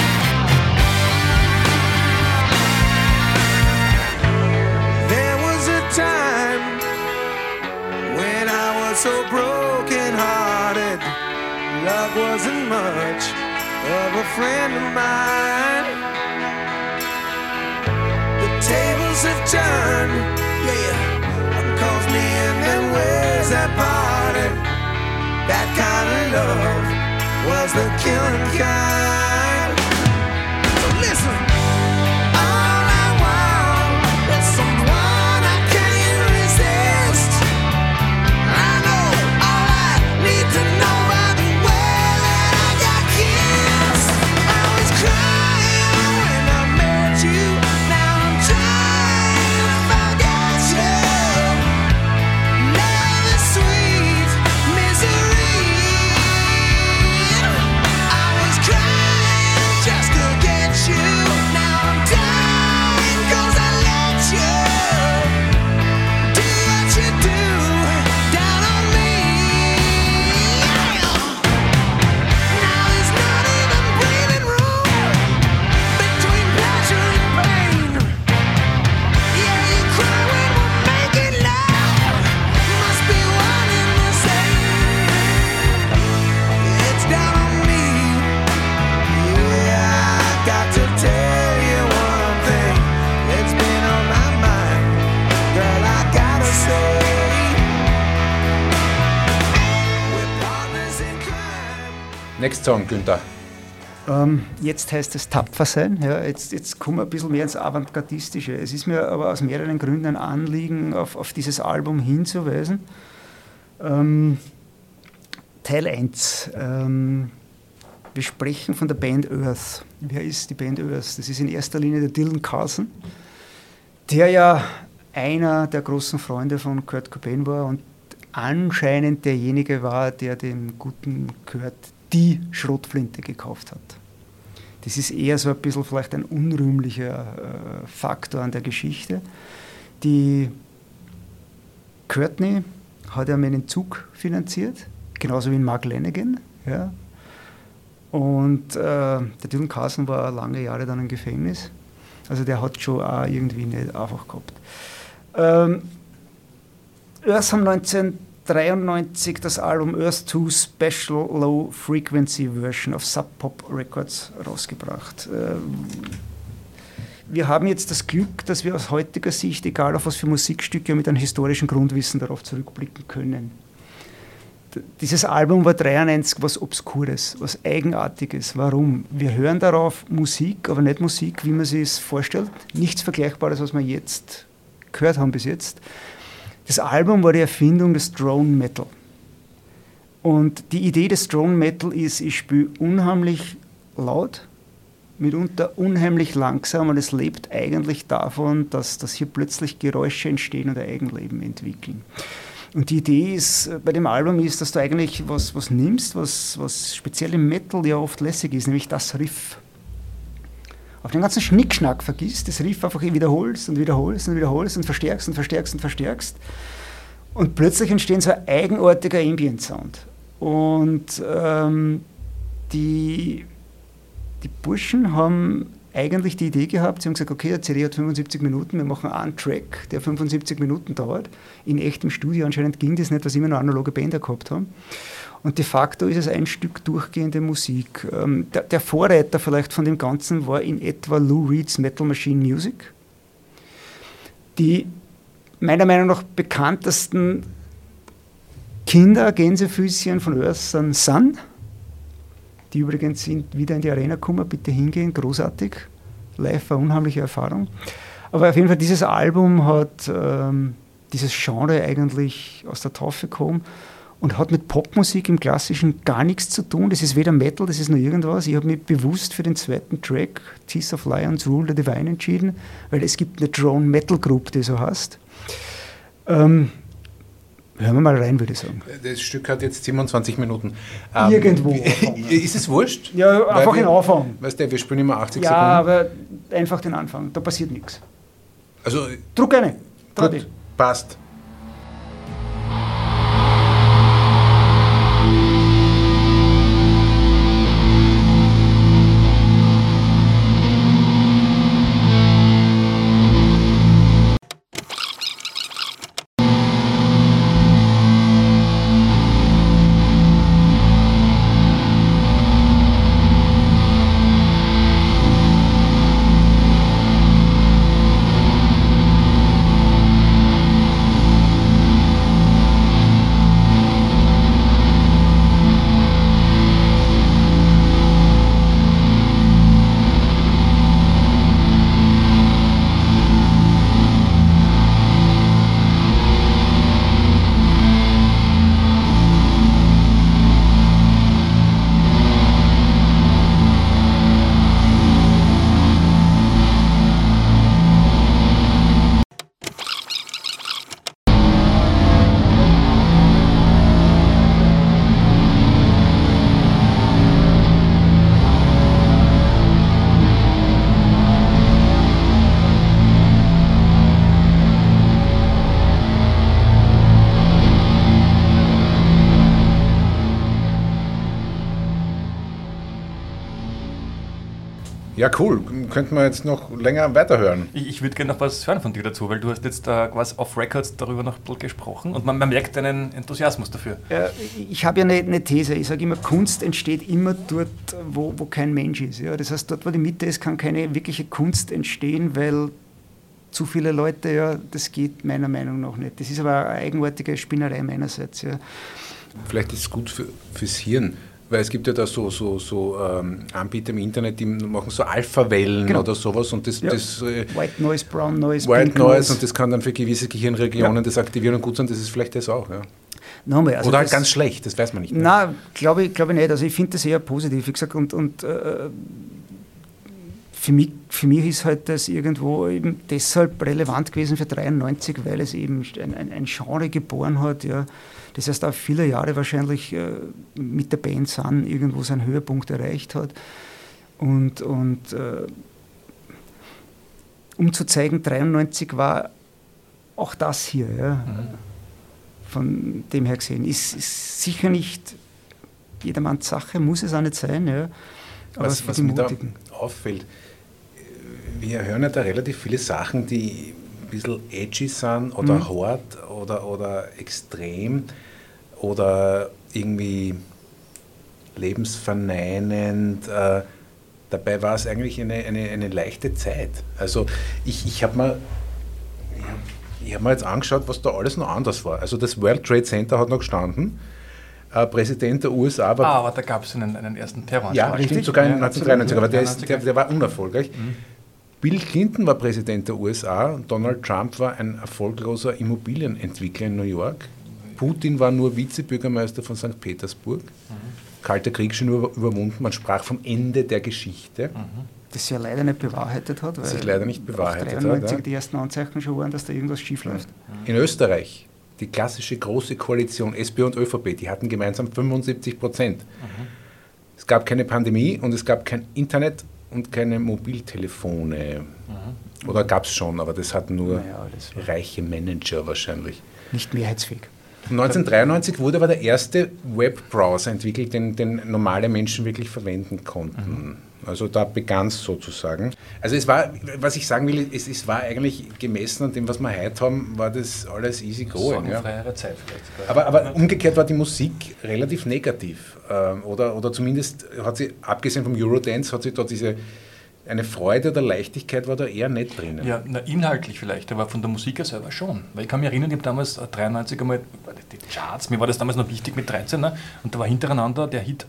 So broken-hearted, love wasn't much of a friend of mine. The tables have turned, one calls me in them ways that parted. That kind of love was the killing kind. So listen. Cry story. We're partners in crime. Next Song, Günther. Jetzt heißt es tapfer sein. Ja, jetzt kommen wir ein bisschen mehr ins Avantgardistische. Es ist mir aber aus mehreren Gründen ein Anliegen, auf dieses Album hinzuweisen. Teil 1. Wir sprechen von der Band Earth. Wer ist die Band Earth? Das ist in erster Linie der Dylan Carlson, der ja einer der großen Freunde von Kurt Cobain war und anscheinend derjenige war, der dem guten Kurt die Schrotflinte gekauft hat. Das ist eher so ein bisschen vielleicht ein unrühmlicher Faktor an der Geschichte. Die Courtney hat ja meinen Zug finanziert, genauso wie Mark Lanegan. Ja. Und der Dylan Carlson war lange Jahre dann im Gefängnis. Also der hat schon auch irgendwie nicht einfach gehabt. Earth haben 1993 das Album Earth 2 Special Low Frequency Version auf Sub Pop Records rausgebracht. Wir haben jetzt das Glück, dass wir aus heutiger Sicht, egal auf was für Musikstücke, mit einem historischen Grundwissen darauf zurückblicken können. Dieses Album war 93 was Obskures, was Eigenartiges. Warum? Wir hören darauf Musik, aber nicht Musik, wie man sich es vorstellt. Nichts Vergleichbares, was wir jetzt gehört haben bis jetzt. Das Album war die Erfindung des Drone Metal. Und die Idee des Drone Metal ist, ich spiele unheimlich laut, mitunter unheimlich langsam, und es lebt eigentlich davon, dass hier plötzlich Geräusche entstehen und ein Eigenleben entwickeln. Und die Idee ist, bei dem Album ist, dass du eigentlich was nimmst, was speziell im Metal ja oft lässig ist, nämlich das Riff. Auf den ganzen Schnickschnack vergisst, das Riff einfach wiederholst und wiederholst und wiederholst und verstärkst und verstärkst und verstärkst. Und plötzlich entsteht so ein eigenartiger Ambient-Sound. Und die Burschen haben eigentlich die Idee gehabt, sie haben gesagt, okay, der CD hat 75 Minuten, wir machen einen Track, der 75 Minuten dauert. In echtem Studio anscheinend ging das nicht, was immer noch analoge Bänder gehabt haben. Und de facto ist es ein Stück durchgehende Musik. Der Vorreiter vielleicht von dem Ganzen war in etwa Lou Reed's Metal Machine Music. Die meiner Meinung nach bekanntesten Kinder-Gänsefüßchen von Earth sind Sun, die übrigens sind wieder in die Arena gekommen, bitte hingehen, großartig. Live war eine unheimliche Erfahrung. Aber auf jeden Fall, dieses Album hat dieses Genre eigentlich aus der Taufe gehoben und hat mit Popmusik im Klassischen gar nichts zu tun. Das ist weder Metal, das ist nur irgendwas. Ich habe mich bewusst für den zweiten Track, Teeth of Lions, Rule the Divine, entschieden, weil es gibt eine Drone Metal Group, die so heißt. Hören wir mal rein, würde ich sagen. Das Stück hat jetzt 27 Minuten. Irgendwo. Ist es wurscht? Ja, einfach den Anfang. Weißt du, wir spielen immer 80 Sekunden. Ja, aber einfach den Anfang, da passiert nichts. Also, Druck eine. gut, passt. Ja, cool. Könnten wir jetzt noch länger weiterhören. Ich würde gerne noch was hören von dir dazu, weil du hast jetzt quasi off-Records darüber noch ein bisschen gesprochen und man merkt deinen Enthusiasmus dafür. Ich habe ja eine These. Ich sage immer, Kunst entsteht immer dort, wo kein Mensch ist. Ja? Das heißt, dort, wo die Mitte ist, kann keine wirkliche Kunst entstehen, weil zu viele Leute, ja, das geht meiner Meinung nach nicht. Das ist aber eine eigenartige Spinnerei meinerseits. Ja. Vielleicht ist es gut fürs Hirn, weil es gibt ja da so Anbieter im Internet, die machen so Alpha-Wellen oder sowas und das White Noise, Brown Noise, White Pink Noise und das kann dann für gewisse Gehirnregionen das aktivieren und gut sein, das ist vielleicht das auch. Ja. Nochmal, also oder halt ganz schlecht, das weiß man nicht. Nein, glaube ich nicht. Also ich finde das eher positiv, wie gesagt, und für mich ist halt das irgendwo eben deshalb relevant gewesen für 93, weil es eben ein Genre geboren hat, ja, das erst auf viele Jahre wahrscheinlich mit der Band Sun irgendwo seinen Höhepunkt erreicht hat. Und um zu zeigen, 93 war auch das hier, ja, von dem her gesehen. Ist sicher nicht jedermanns Sache, muss es auch nicht sein. Ja, aber was mir da auffällt, wir hören ja da relativ viele Sachen, die ein bisschen edgy sind oder hart oder extrem oder irgendwie lebensverneinend. Dabei war es eigentlich eine leichte Zeit. Also ich habe mir jetzt angeschaut, was da alles noch anders war. Also das World Trade Center hat noch gestanden. Präsident der USA war... aber da gab es einen ersten Terroranschlag. Ja, richtig, sogar in 1993, aber der war unerfolgreich. Bill Clinton war Präsident der USA, Donald Trump war ein erfolgloser Immobilienentwickler in New York, Putin war nur Vizebürgermeister von St. Petersburg, Kalter Krieg schon überwunden, man sprach vom Ende der Geschichte. Das sich ja leider nicht bewahrheitet hat, weil sich leider nicht bewahrheitet 93 hat, die ersten Anzeichen schon waren, dass da irgendwas schief läuft. In Österreich, die klassische große Koalition SP und ÖVP, die hatten gemeinsam 75%. Es gab keine Pandemie und es gab kein Internet und keine Mobiltelefone. Oder gab es schon, aber das hatten nur reiche Manager wahrscheinlich. Nicht mehrheitsfähig. 1993 wurde aber der erste Webbrowser entwickelt, den normale Menschen wirklich verwenden konnten. Also da begann es sozusagen. Also es war, was ich sagen will, es war eigentlich gemessen an dem, was wir heute haben, war das alles easy going. Sorgenfreiere Zeit vielleicht sogar. Aber umgekehrt war die Musik relativ negativ. Oder zumindest hat sie, abgesehen vom Eurodance, hat sie da eine Freude oder Leichtigkeit war da eher nicht drinnen. Ja, inhaltlich vielleicht, aber von der Musik her selber schon. Weil ich kann mich erinnern, ich habe damals 93 einmal die Charts, mir war das damals noch wichtig mit 13, ne? Und da war hintereinander der Hit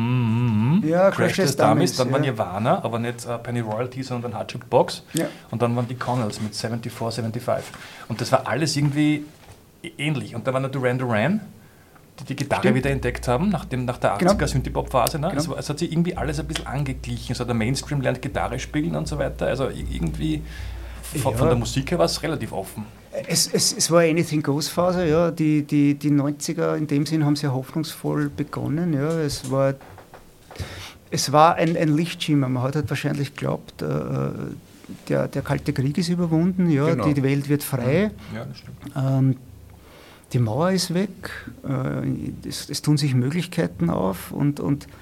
Crash Test Dummies, dann war Nirvana, aber nicht Penny Royalty, sondern Hot Box. Ja. Und dann waren die Connells mit 74, 75. Und das war alles irgendwie ähnlich. Und da war noch Duran Duran, die Gitarre wieder entdeckt haben, nach der 80er Synthie-Pop-Phase. Ne? Genau. Es hat sich irgendwie alles ein bisschen angeglichen. Also der Mainstream lernt Gitarre spielen und so weiter. Also irgendwie von der Musik her war es relativ offen. Es war eine Anything-Goes-Phase. Ja. Die 90er in dem Sinn haben sehr hoffnungsvoll begonnen. Ja. Es war ein Lichtschimmer. Man hat halt wahrscheinlich geglaubt, der Kalte Krieg ist überwunden. Ja. Genau. Die Welt wird frei. Ja, das stimmt. Die Mauer ist weg, es tun sich Möglichkeiten auf und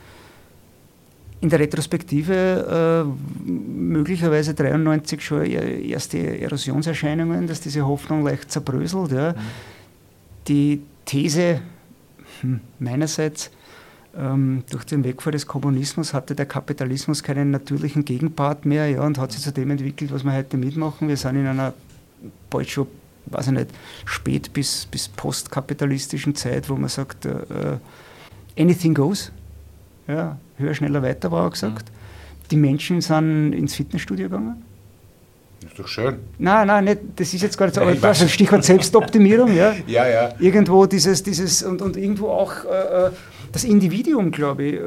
in der Retrospektive möglicherweise 93 schon erste Erosionserscheinungen, dass diese Hoffnung leicht zerbröselt. Ja. Die These meinerseits, durch den Wegfall des Kommunismus hatte der Kapitalismus keinen natürlichen Gegenpart mehr, ja, und hat sich zu dem entwickelt, was wir heute mitmachen. Wir sind in einer bald schon, weiß ich nicht, spät bis postkapitalistischen Zeit, wo man sagt, anything goes. Ja, höher, schneller, weiter, war auch gesagt. Die Menschen sind ins Fitnessstudio gegangen. Das ist doch schön. Nein, nicht, das ist jetzt gar nicht so, aber das ist Stichwort Selbstoptimierung. Ja. Ja. Irgendwo dieses und irgendwo auch das Individuum, glaube ich,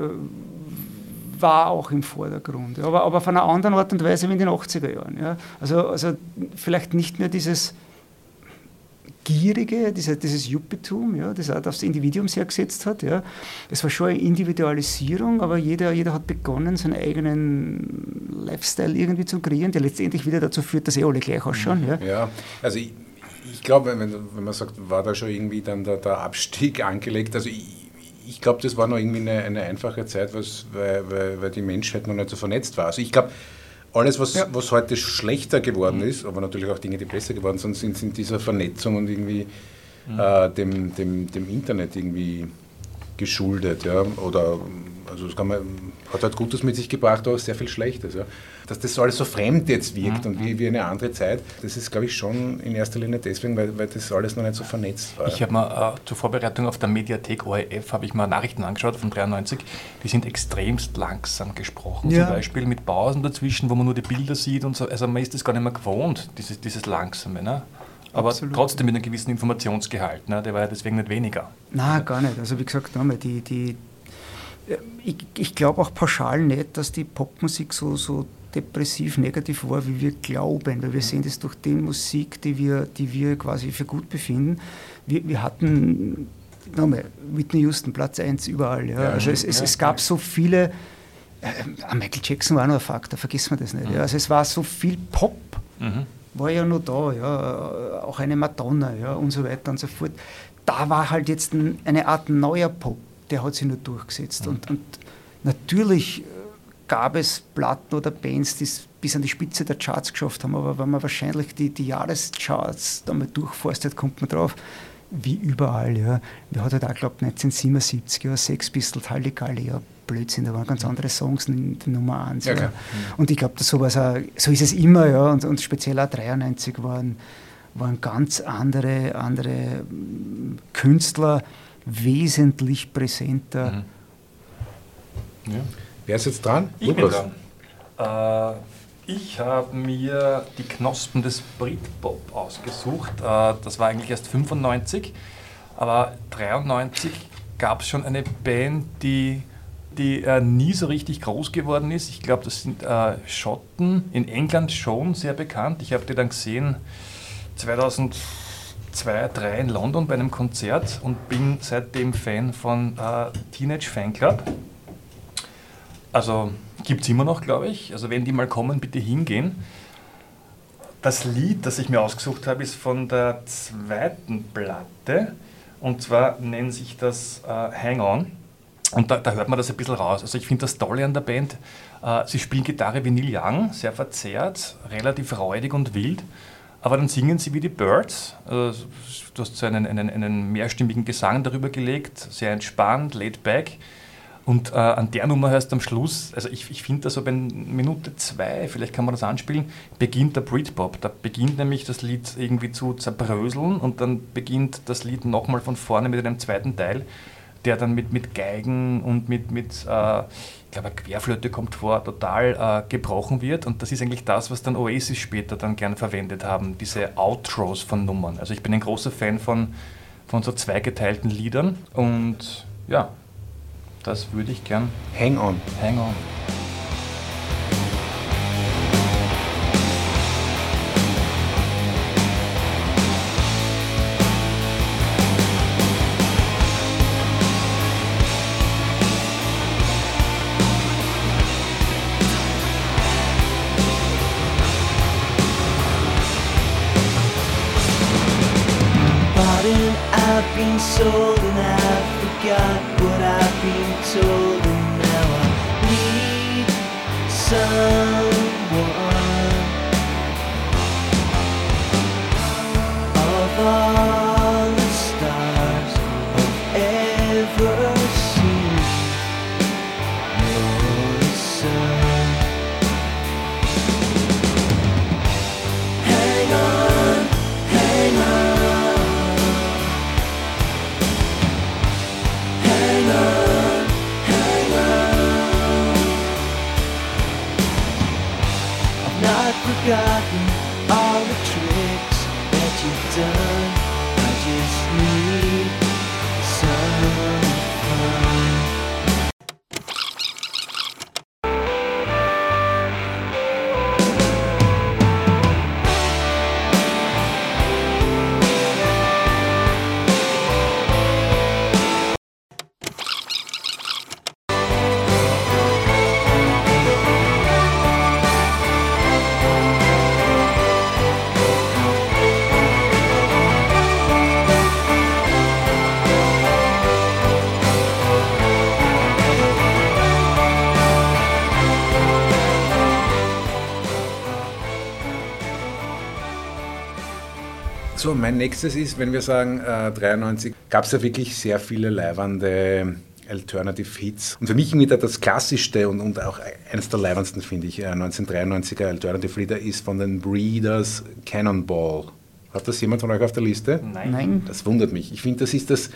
war auch im Vordergrund. Aber von einer anderen Art und Weise wie in den 80er Jahren. Ja. Also vielleicht nicht mehr dieses Gierige, dieses Juppietum, ja, das auch aufs Individuum sehr gesetzt hat. Ja. Es war schon eine Individualisierung, aber jeder hat begonnen, seinen eigenen Lifestyle irgendwie zu kreieren, der letztendlich wieder dazu führt, dass alle gleich ausschauen. Ja, also ich glaube, wenn man sagt, war da schon irgendwie dann der Abstieg angelegt, also ich glaube, das war noch irgendwie eine einfache Zeit, weil die Menschheit noch nicht so vernetzt war. Also ich glaube, alles, was heute schlechter geworden ist, aber natürlich auch Dinge, die besser geworden sind dieser Vernetzung und irgendwie dem Internet irgendwie geschuldet. Ja? Oder, also das hat halt Gutes mit sich gebracht, aber sehr viel Schlechtes. Ja? Dass das alles so fremd jetzt wirkt und wie eine andere Zeit, das ist, glaube ich, schon in erster Linie deswegen, weil das alles noch nicht so vernetzt war. Ich habe mir zur Vorbereitung auf der Mediathek ORF habe ich mal Nachrichten angeschaut von 93, die sind extremst langsam gesprochen, zum Beispiel mit Pausen dazwischen, wo man nur die Bilder sieht und so. Also man ist das gar nicht mehr gewohnt, dieses Langsame. Ne? Aber absolut. Trotzdem mit einem gewissen Informationsgehalt, ne? Der war ja deswegen nicht weniger. Nein, gar nicht. Also wie gesagt, ich glaube auch pauschal nicht, dass die Popmusik so depressiv negativ war, wie wir glauben, weil wir sehen das durch die Musik, die wir quasi für gut befinden. Wir hatten Whitney Houston, Platz 1 überall. Ja. Also es gab so viele, Michael Jackson war noch ein Faktor, vergessen wir das nicht. Ja. Also es war so viel Pop, war ja noch da, ja. Auch eine Madonna, ja, und so weiter und so fort. Da war halt jetzt eine Art neuer Pop, der hat sich nur durchgesetzt. Und natürlich gab es Platten oder Bands, die es bis an die Spitze der Charts geschafft haben, aber wenn man wahrscheinlich die Jahrescharts da mal durchforstet, kommt man drauf, wie überall. Ja. Wir hatten halt auch, glaube ich, 1977, ja, Sex Pistols, Halligalli, ja, Blödsinn, da waren ganz andere Songs in der Nummer 1. Ja, ja. Und ich glaube, so ist es immer, ja, und speziell auch 93 waren ganz andere Künstler wesentlich präsenter. Ja. Wer ist jetzt dran? Ich bin dran. Ich habe mir die Knospen des Britpop ausgesucht. Das war eigentlich erst 95, aber 93 gab es schon eine Band, die nie so richtig groß geworden ist. Ich glaube, das sind Schotten, in England schon sehr bekannt. Ich habe die dann gesehen 2002, 2003 in London bei einem Konzert und bin seitdem Fan von Teenage Fanclub. Also gibt es immer noch, glaube ich. Also wenn die mal kommen, bitte hingehen. Das Lied, das ich mir ausgesucht habe, ist von der zweiten Platte. Und zwar nennt sich das Hang On. Und da hört man das ein bisschen raus. Also ich finde das Tolle an der Band, sie spielen Gitarre wie Neil Young, sehr verzerrt, relativ räudig und wild. Aber dann singen sie wie die Byrds. Also du hast so einen mehrstimmigen Gesang darüber gelegt, sehr entspannt, laid back. Und an der Nummer hörst du am Schluss, also ich finde das so bei Minute 2, vielleicht kann man das anspielen, beginnt der Britpop. Da beginnt nämlich das Lied irgendwie zu zerbröseln und dann beginnt das Lied nochmal von vorne mit einem zweiten Teil, der dann mit Geigen und mit ich glaube, Querflöte kommt vor, total gebrochen wird. Und das ist eigentlich das, was dann Oasis später dann gern verwendet haben, diese Outros von Nummern. Also ich bin ein großer Fan von so zweigeteilten Liedern und ja, das würde ich gern. Hang On. Hang On. I've been sold and I forgot what I've been told, and now I need someone. Of all the stars I've ever seen, you're the sun. Hang on, hang on. Forgotten all the tricks that you've done. I just need some fun. So, mein nächstes ist, wenn wir sagen 93, gab es ja wirklich sehr viele leibernde Alternative Hits. Und für mich wieder das klassischste und auch eines der leibendsten, finde ich, 1993er Alternative Lieder ist von den Breeders Cannonball. Hat das jemand von euch auf der Liste? Nein. Das wundert mich. Ich finde, das ist das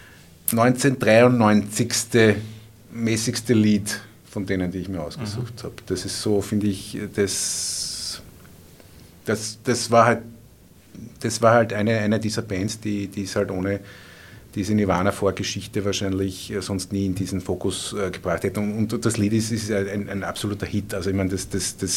1993. mäßigste Lied von denen, die ich mir ausgesucht habe. Das ist so, finde ich, das war halt eine dieser Bands, die es halt ohne diese Nirvana-Vorgeschichte wahrscheinlich sonst nie in diesen Fokus gebracht hätten. Und das Lied ist ein absoluter Hit. Also ich meine, das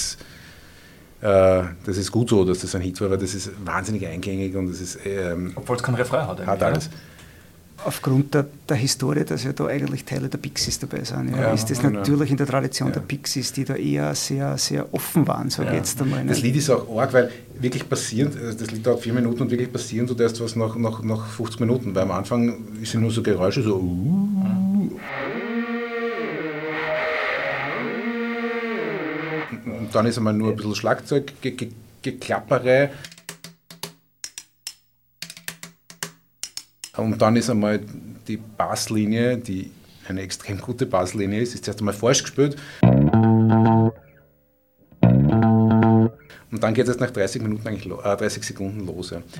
ist gut so, dass das ein Hit war, weil das ist wahnsinnig eingängig und das ist... Obwohl es kein Refrain hat. Hat alles. Aufgrund der Historie, dass ja da eigentlich Teile der Pixies dabei sind, ist das natürlich in der Tradition der Pixies, die da eher sehr, sehr offen waren, sage ich jetzt einmal. Das Lied ist auch arg, weil wirklich passierend, das Lied dauert 4 Minuten und wirklich passierend tut erst was nach 50 Minuten, weil am Anfang ist ja nur so Geräusche, so und dann ist einmal nur ein bisschen Schlagzeug, Geklappere. Und dann ist einmal die Basslinie, die eine extrem gute Basslinie ist zuerst einmal falsch gespielt. Und dann geht es erst nach 30 Sekunden los. Ja.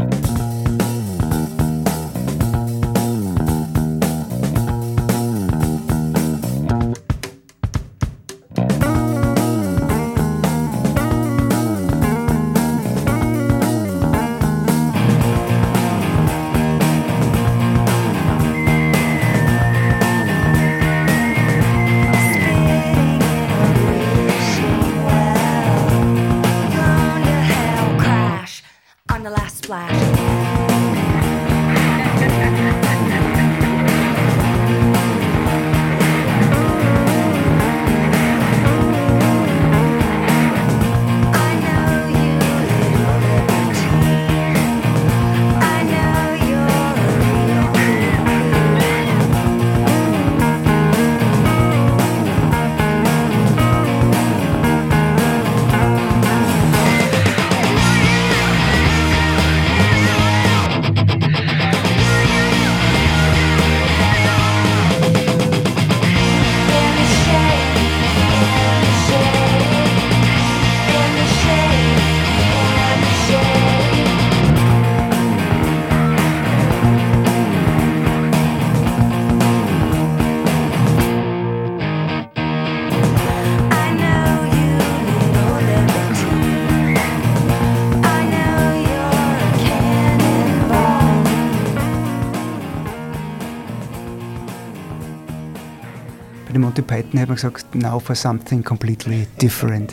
Monty Python hat man gesagt, now for something completely different.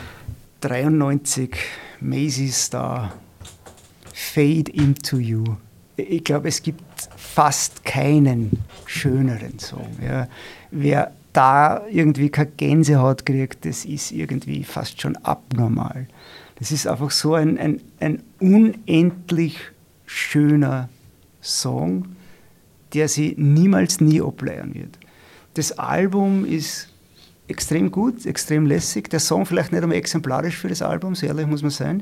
93, Mazzy Star, Fade Into You. Ich glaube, es gibt fast keinen schöneren Song. Ja. Wer da irgendwie keine Gänsehaut kriegt, das ist irgendwie fast schon abnormal. Das ist einfach so ein unendlich schöner Song, der sie niemals nie ableiern wird. Das Album ist extrem gut, extrem lässig. Der Song vielleicht nicht einmal exemplarisch für das Album, so ehrlich muss man sein.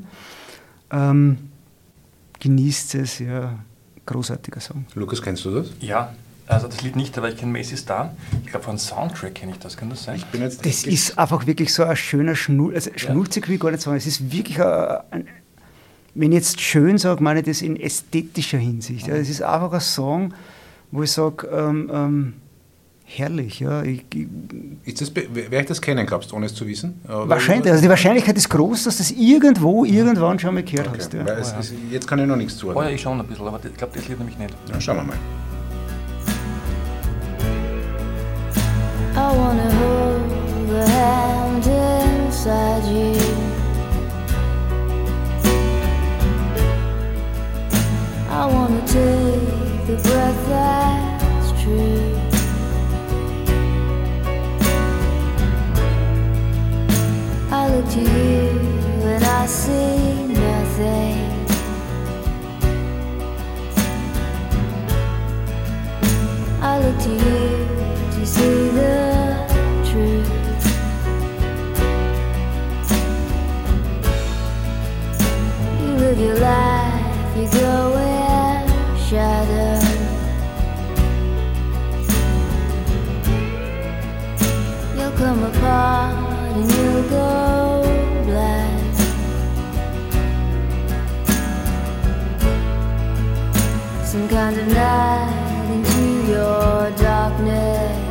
Genießt es, ja, großartiger Song. Lukas, kennst du das? Ja, also das Lied nicht, aber ich kenne Mazzy Star. Ich glaube, von Soundtrack kenne ich das, kann das sein? Das ist einfach wirklich so ein schöner schnulzig will ich gar nicht sagen. Es ist wirklich wenn ich jetzt schön sage, meine ich das in ästhetischer Hinsicht. Ja, es ist einfach ein Song, wo ich sage, herrlich, ja. Wer ich das kennen, glaubst du, ohne es zu wissen? Wahrscheinlich, also die Wahrscheinlichkeit ist groß, dass du das irgendwann schon mal gehört hast. Ja. Weil jetzt kann ich noch nichts zuhören. Oh ja, ich schon ein bisschen, aber ich glaube, das Lied nämlich nicht. Ja, schauen wir mal. I wanna hold the hand inside you. I wanna take the breath that's true. I look to you and I see nothing. I look to you to see the truth. You live your life, you go in shadow. some kind of night into your darkness.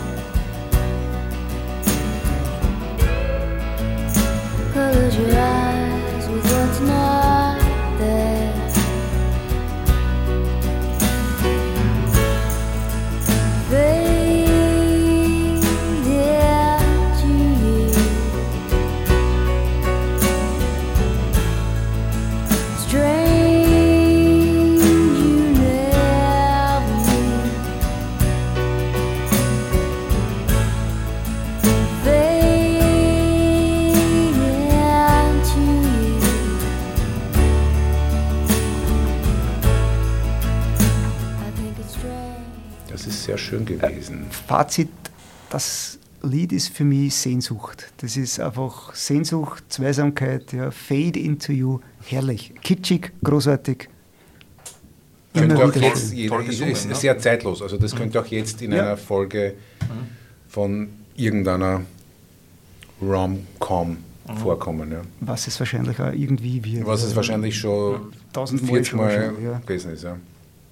Close your eyes with what's not there. Fade into you. Strange you never knew. Fade into you. I think it's strange. Das ist sehr schön gewesen. Fazit, das Lied ist für mich Sehnsucht. Das ist einfach Sehnsucht, Zweisamkeit, ja, Fade into you, herrlich. Kitschig, großartig. Könnte Immer auch wieder jetzt, schön. ist sehr zeitlos. Also das könnte auch jetzt in einer Folge von irgendeiner Rom-Com vorkommen. Ja. Was es wahrscheinlich auch irgendwie wird. Was es wahrscheinlich schon 1000-mal 40 Mal schon, ja. gewesen ist. Ja.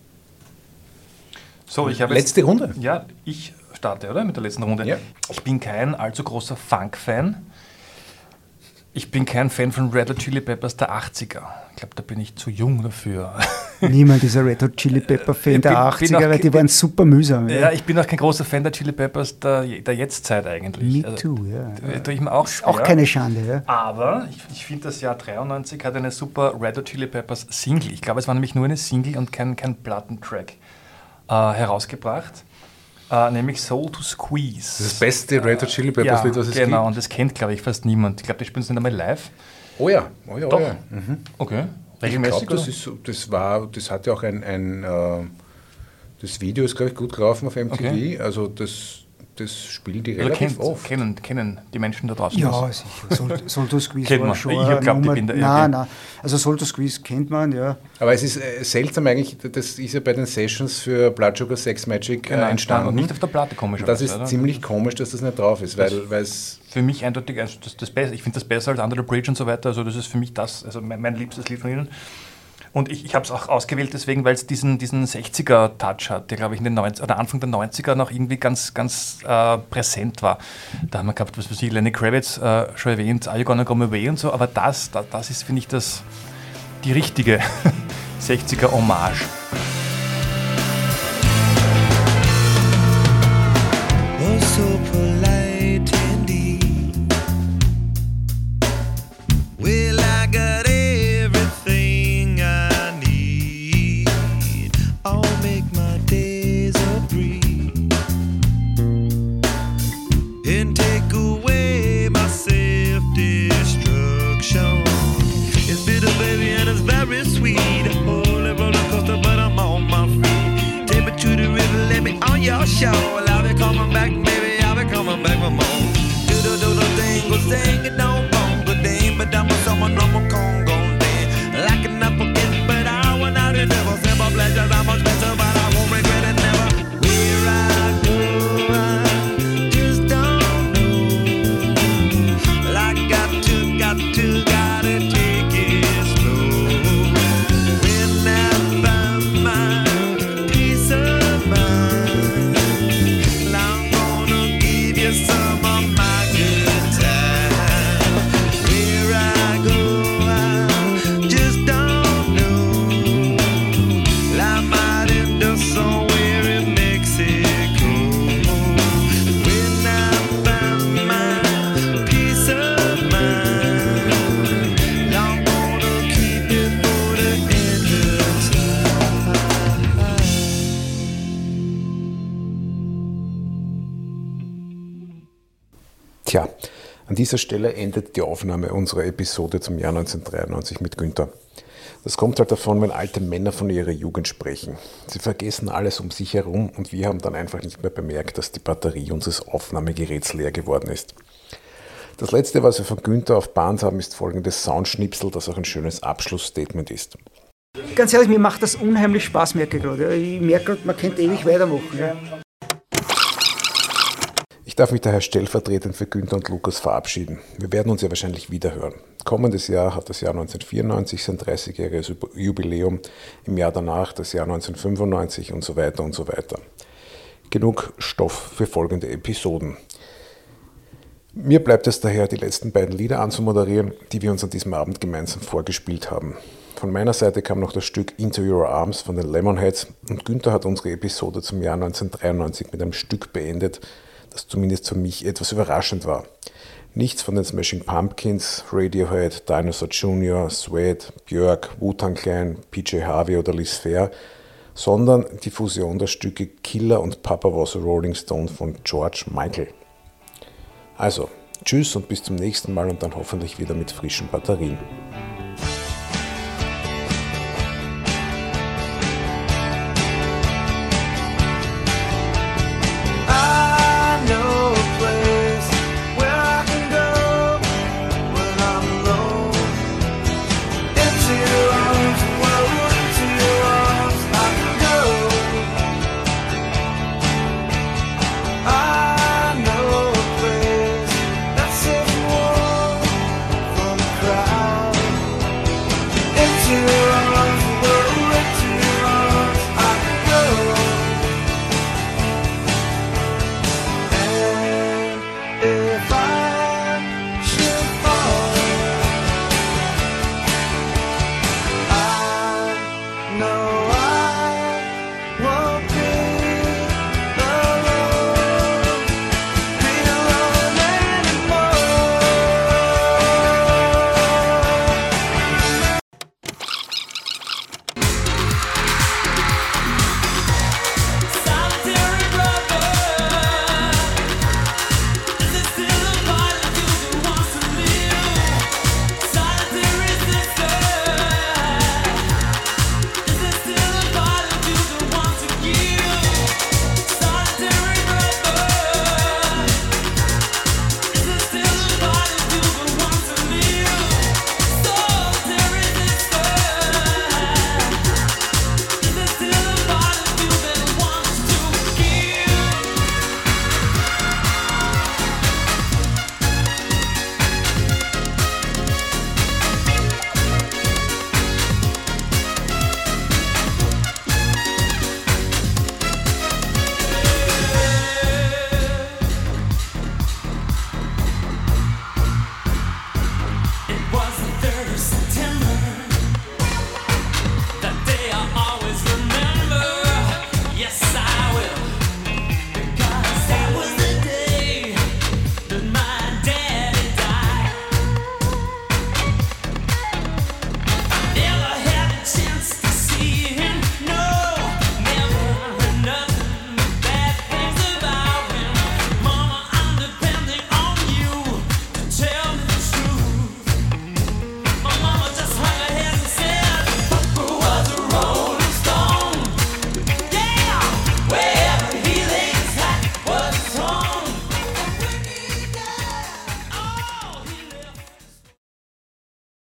So, ich habe Letzte Runde. Ja, ich starte, oder? Mit der letzten Runde. Ja. Ich bin kein allzu großer Funk-Fan. Ich bin kein Fan von Red Hot Chili Peppers der 80er. Ich glaube, da bin ich zu jung dafür. Niemand ist ein Red Hot Chili Pepper Fan der bin 80er, auch weil die waren super mühsam. Ja, ich bin auch kein großer Fan der Chili Peppers der Jetztzeit eigentlich. Me too, ja. Tue ich mir auch schwer. Auch keine Schande, ja. Aber ich finde, das Jahr 93 hat eine super Red Hot Chili Peppers Single. Ich glaube, es war nämlich nur eine Single und kein Plattentrack herausgebracht. Nämlich Soul to Squeeze. Das ist das beste Red Hot Chili Peppers Lied, was es genau, gibt. und das kennt, glaube ich, fast niemand. Ich glaube, die spielen es nicht einmal live. Oh ja, oh ja, Doch. oh ja. Mhm. Okay. Ich Regelmäßig, glaube, oder? das hat ja auch das Video ist, glaube ich, gut gelaufen auf MTV. Okay. Also das spielen die Oder relativ oft. kennen die Menschen da draußen Ja, das? sicher. Soul to Squeeze Kennt war man. schon Ich eine glaub, ich Nummer. bin da Nein. Also Soul to Squeeze kennt man, ja. Aber es ist seltsam eigentlich, das ist ja bei den Sessions für Blood Sugar Sex Magic entstanden. Und nicht auf der Platte komisch. Das ist ziemlich komisch, dass das nicht drauf ist, weil es... Für mich eindeutig das Beste. Ich finde das besser als Under the Bridge und so weiter. Also das ist für mich mein liebstes Lied von ihnen. Und ich habe es auch ausgewählt deswegen, weil es diesen 60er-Touch hat, der, glaube ich, in den Anfang der 90er noch irgendwie ganz präsent war. Da haben wir gehabt, was weiß ich, Lenny Kravitz schon erwähnt, Are You Gonna Go My Way und so, aber das ist, finde ich, die richtige 60er-Hommage. Oh, so polite indeed. Well, I got everything I need. I'll make my days a breeze and take away my self-destruction. It's bitter, baby, and it's very sweet. A holy roller coaster, but I'm on my feet. Take me to the river, let me on your show. I'll be coming back, baby, I'll be coming back for more. Do the thing, go sing it, don't bongo ding. But I'm with someone, I'm a Congo ding. Locking up again, but I went out and never said my pleasures. I'm much better, but I won't regret it never. Where I go, I just don't know. Well, I got to take it slow. When I find my peace of mind, I'm gonna give you some of my good time. Where I go, I just don't know. I might end up somewhere in Mexico. When I find my peace of mind, I'm gonna keep it for the end of time. Tja, an dieser Stelle endet die Aufnahme unserer Episode zum Jahr 1993 mit Günther. Das kommt halt davon, wenn alte Männer von ihrer Jugend sprechen. Sie vergessen alles um sich herum und wir haben dann einfach nicht mehr bemerkt, dass die Batterie unseres Aufnahmegeräts leer geworden ist. Das letzte, was wir von Günther auf Band haben, ist folgendes Soundschnipsel, das auch ein schönes Abschlussstatement ist. Ganz ehrlich, mir macht das unheimlich Spaß, merke ich gerade. Ich merke gerade, man könnte ewig weitermachen. Ja. Ich darf mich daher stellvertretend für Günther und Lukas verabschieden. Wir werden uns ja wahrscheinlich wieder hören. Kommendes Jahr hat das Jahr 1994 sein 30-jähriges Jubiläum, im Jahr danach das Jahr 1995 und so weiter und so weiter. Genug Stoff für folgende Episoden. Mir bleibt es daher, die letzten beiden Lieder anzumoderieren, die wir uns an diesem Abend gemeinsam vorgespielt haben. Von meiner Seite kam noch das Stück Into Your Arms von den Lemonheads und Günther hat unsere Episode zum Jahr 1993 mit einem Stück beendet, das zumindest für mich etwas überraschend war. Nichts von den Smashing Pumpkins, Radiohead, Dinosaur Jr., Suede, Björk, Wu-Tang Clan, PJ Harvey oder Liz Phair, sondern die Fusion der Stücke Killer und Papa Was a Rolling Stone von George Michael. Also, tschüss und bis zum nächsten Mal und dann hoffentlich wieder mit frischen Batterien.